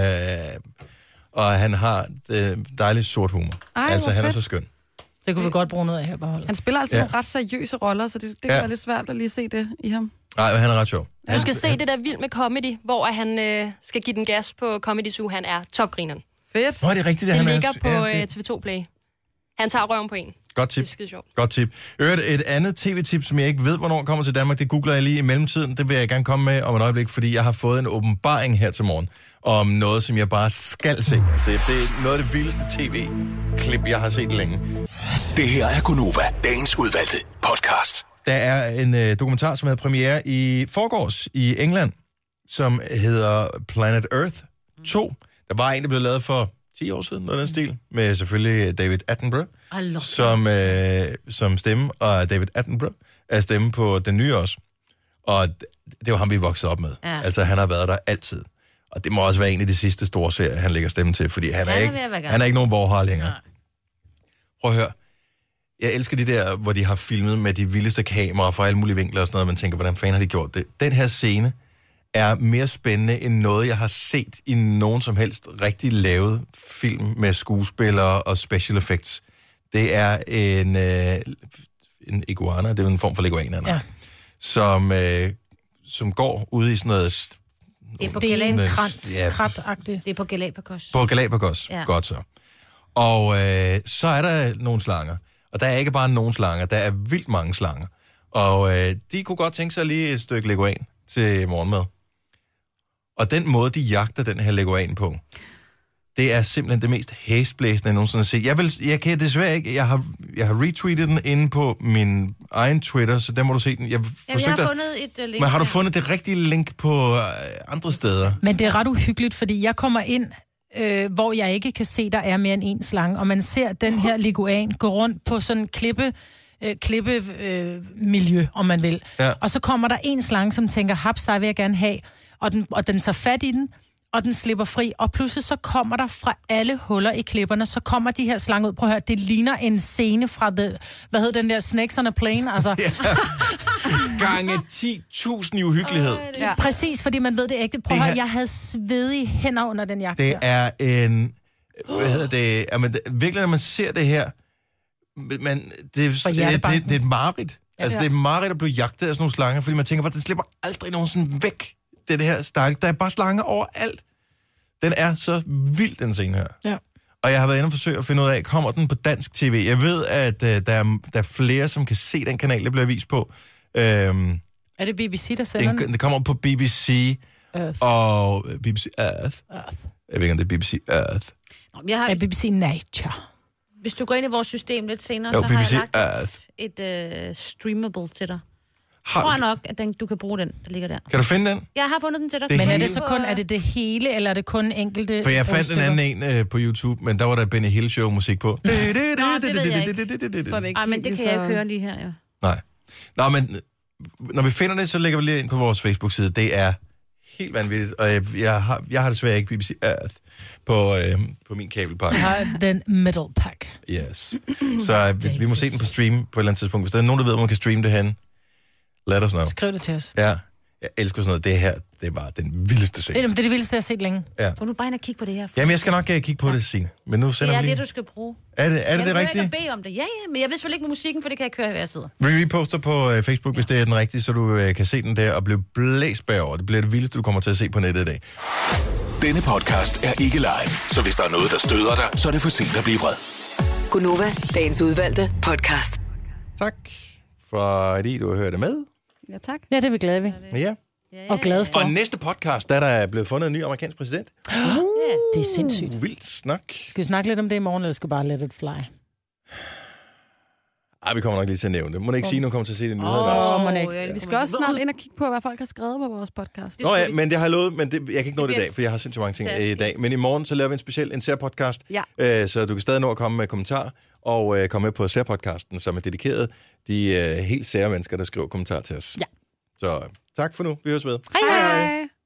og han har dejligt sort humor. Altså, han er så skøn. Det kunne vi godt bruge noget af her på holdet. Han spiller altid nogle ret seriøse roller, så det kan være lidt svært at lige se det i ham. Nej, men han er ret sjov. Du skal se det der Vild med Comedy, hvor han skal give den gas på Comedy Zoo. Han er topgrineren. Fedt. Nå, det er rigtigt, det han ligger på TV2 Play. Han tager røven på en. Godt tip. Det er skide sjovt. Godt tip. Et andet tv-tip, som jeg ikke ved, hvornår kommer til Danmark, det googler jeg lige i mellemtiden. Det vil jeg gerne komme med om et øjeblik, fordi jeg har fået en åbenbaring her til morgen om noget, som jeg bare skal se. Altså, det er noget af det vildeste tv-klip, jeg har set længe. Det her er Gunova, dagens udvalgte podcast. Der er en dokumentar, som havde premiere i forgårs i England, som hedder Planet Earth 2. Der var en, der blev lavet for 10 år siden, noget af den stil, med selvfølgelig David Attenborough som stemme, og David Attenborough er stemme på den nye også. Og det var ham, vi voksede op med. Ja. Altså, han har været der altid. Og det må også være en af de sidste store serier, han lægger stemme til, fordi han er ikke nogen Warhol længere. Prøv at høre. Jeg elsker de der, hvor de har filmet med de vildeste kameraer fra alle mulige vinkler og sådan noget, man tænker, hvordan fanden har de gjort det? Den her scene er mere spændende end noget, jeg har set i nogen som helst rigtig lavet film med skuespillere og special effects. Det er en iguana, det er en form for leguaner, som går ude i sådan noget... Det er på Galapagos-agtigt. Det er på Galapagos. På Galapagos, ja. Godt så. Og så er der nogle slanger. Og der er ikke bare nogle slanger, der er vildt mange slanger. Og de kunne godt tænke sig lige et stykke leguan til morgenmad. Og den måde, de jagter den her leguan på, det er simpelthen det mest hæsblæsende, jeg nogensinde har set. Jeg kan desværre ikke... Jeg har retweetet den inde på min egen Twitter, så der må du se den. Jeg har fundet et link. Men har du fundet det rigtige link på andre steder? Men det er ret uhyggeligt, fordi jeg kommer ind, hvor jeg ikke kan se, der er mere end en slange, og man ser den her leguan gå rundt på sådan en klippe, klippemiljø, om man vil. Ja. Og så kommer der en slange, som tænker, haps, der vil jeg gerne have, og den tager fat i den, og den slipper fri, og pludselig så kommer der fra alle huller i klipperne, så kommer de her slanger ud. Prøv at høre, det ligner en scene fra hvad hedder den der Snakes on a Plane, altså. Gange 10.000 i uhyggelighed. Ja. Præcis, fordi man ved det ægte. Prøv at høre, jeg havde svedige hænder under den jakke. Det er en... Hvad hedder det? Jamen, virkelig, når man ser det her, det er et mareridt. Ja. Altså, det er et mareridt at blive jagtet af sådan nogle slanger, fordi man tænker, at den slipper aldrig nogensinde væk. Det her stak. Der er bare slanger overalt. Den er så vild, den scene her. Ja. Og jeg har været inde og forsøge at finde ud af, kommer den på dansk tv? Jeg ved, at der er flere, som kan se den kanal, der bliver vist på. Er det BBC, der sender den? Det kommer på BBC Earth. Og BBC Earth. Jeg ved ikke, om det er BBC Earth. Er BBC Nature. Hvis du går ind i vores system lidt senere, jo, så BBC har jeg lagt et streamable til dig. Jeg tror nok, at du kan bruge den, der ligger der. Kan du finde den? Jeg har fundet den til dig. Men er det så kun, er det hele, eller er det kun enkelte? For jeg fandt en anden en på YouTube, men der var der Benny Hill Show musik på. Nå, det ved jeg ikke. Ej, men det kan jeg ikke høre lige her, jo. Nej. Nå, men når vi finder det, så lægger vi lige ind på vores Facebook-side. Det er helt vanvittigt, og jeg har desværre ikke BBC Earth på min kabelpakke. Jeg har den middle pack. Yes. Så vi må se den på stream på et eller andet tidspunkt. Hvis der er nogen, der ved, hvor man kan streame det hen, let os know. Skriv det til os. Ja, jeg elsker sådan noget. Det her, det er bare den vildeste scene. Det er det vildeste, jeg har set længe. Ja. Få nu bare ind og kigge på det her. Jamen, jeg skal nok kigge på det, Signe. Men nu sender det er lige... det, du skal bruge. Er det rigtigt? Jeg kan ikke bede om det. Ja, men jeg ved selvfølgelig ikke med musikken, for det kan jeg køre i hver side. Vi poster på Facebook, hvis det er den rigtige, så du kan se den der og blive blæst bagover. Det bliver det vildeste, du kommer til at se på nettet i dag. Denne podcast er ikke live, så hvis der er noget, der støder dig, så er det for sent at blive vred. Gunova, dagens udvalgte podcast. Tak fordi du har hørt det med. Ja, tak. Ja, det er vi glade ved. Ja. Og glade for. Og næste podcast, der er blevet fundet en ny amerikansk præsident. Det er sindssygt. Vildt snak. Skal vi snakke lidt om det i morgen, eller skal vi bare let it fly? Ej, vi kommer nok lige til at nævne det. Må ikke sige, at nu kommer til at se det i nyhederne. Vi skal også snart ind og kigge på, hvad folk har skrevet på vores podcast. Nå ja, men det har jeg lovet, men jeg kan ikke nå det i dag, for jeg har sindssygt mange ting i dag. Men i morgen, så laver vi en særpodcast, så du kan stadig nå at komme med kommentarer, og komme med på særpodcasten, som er dedikeret de helt sære mennesker, der skriver kommentarer til os. Ja. Så tak for nu. Vi høres ved. Hej hej.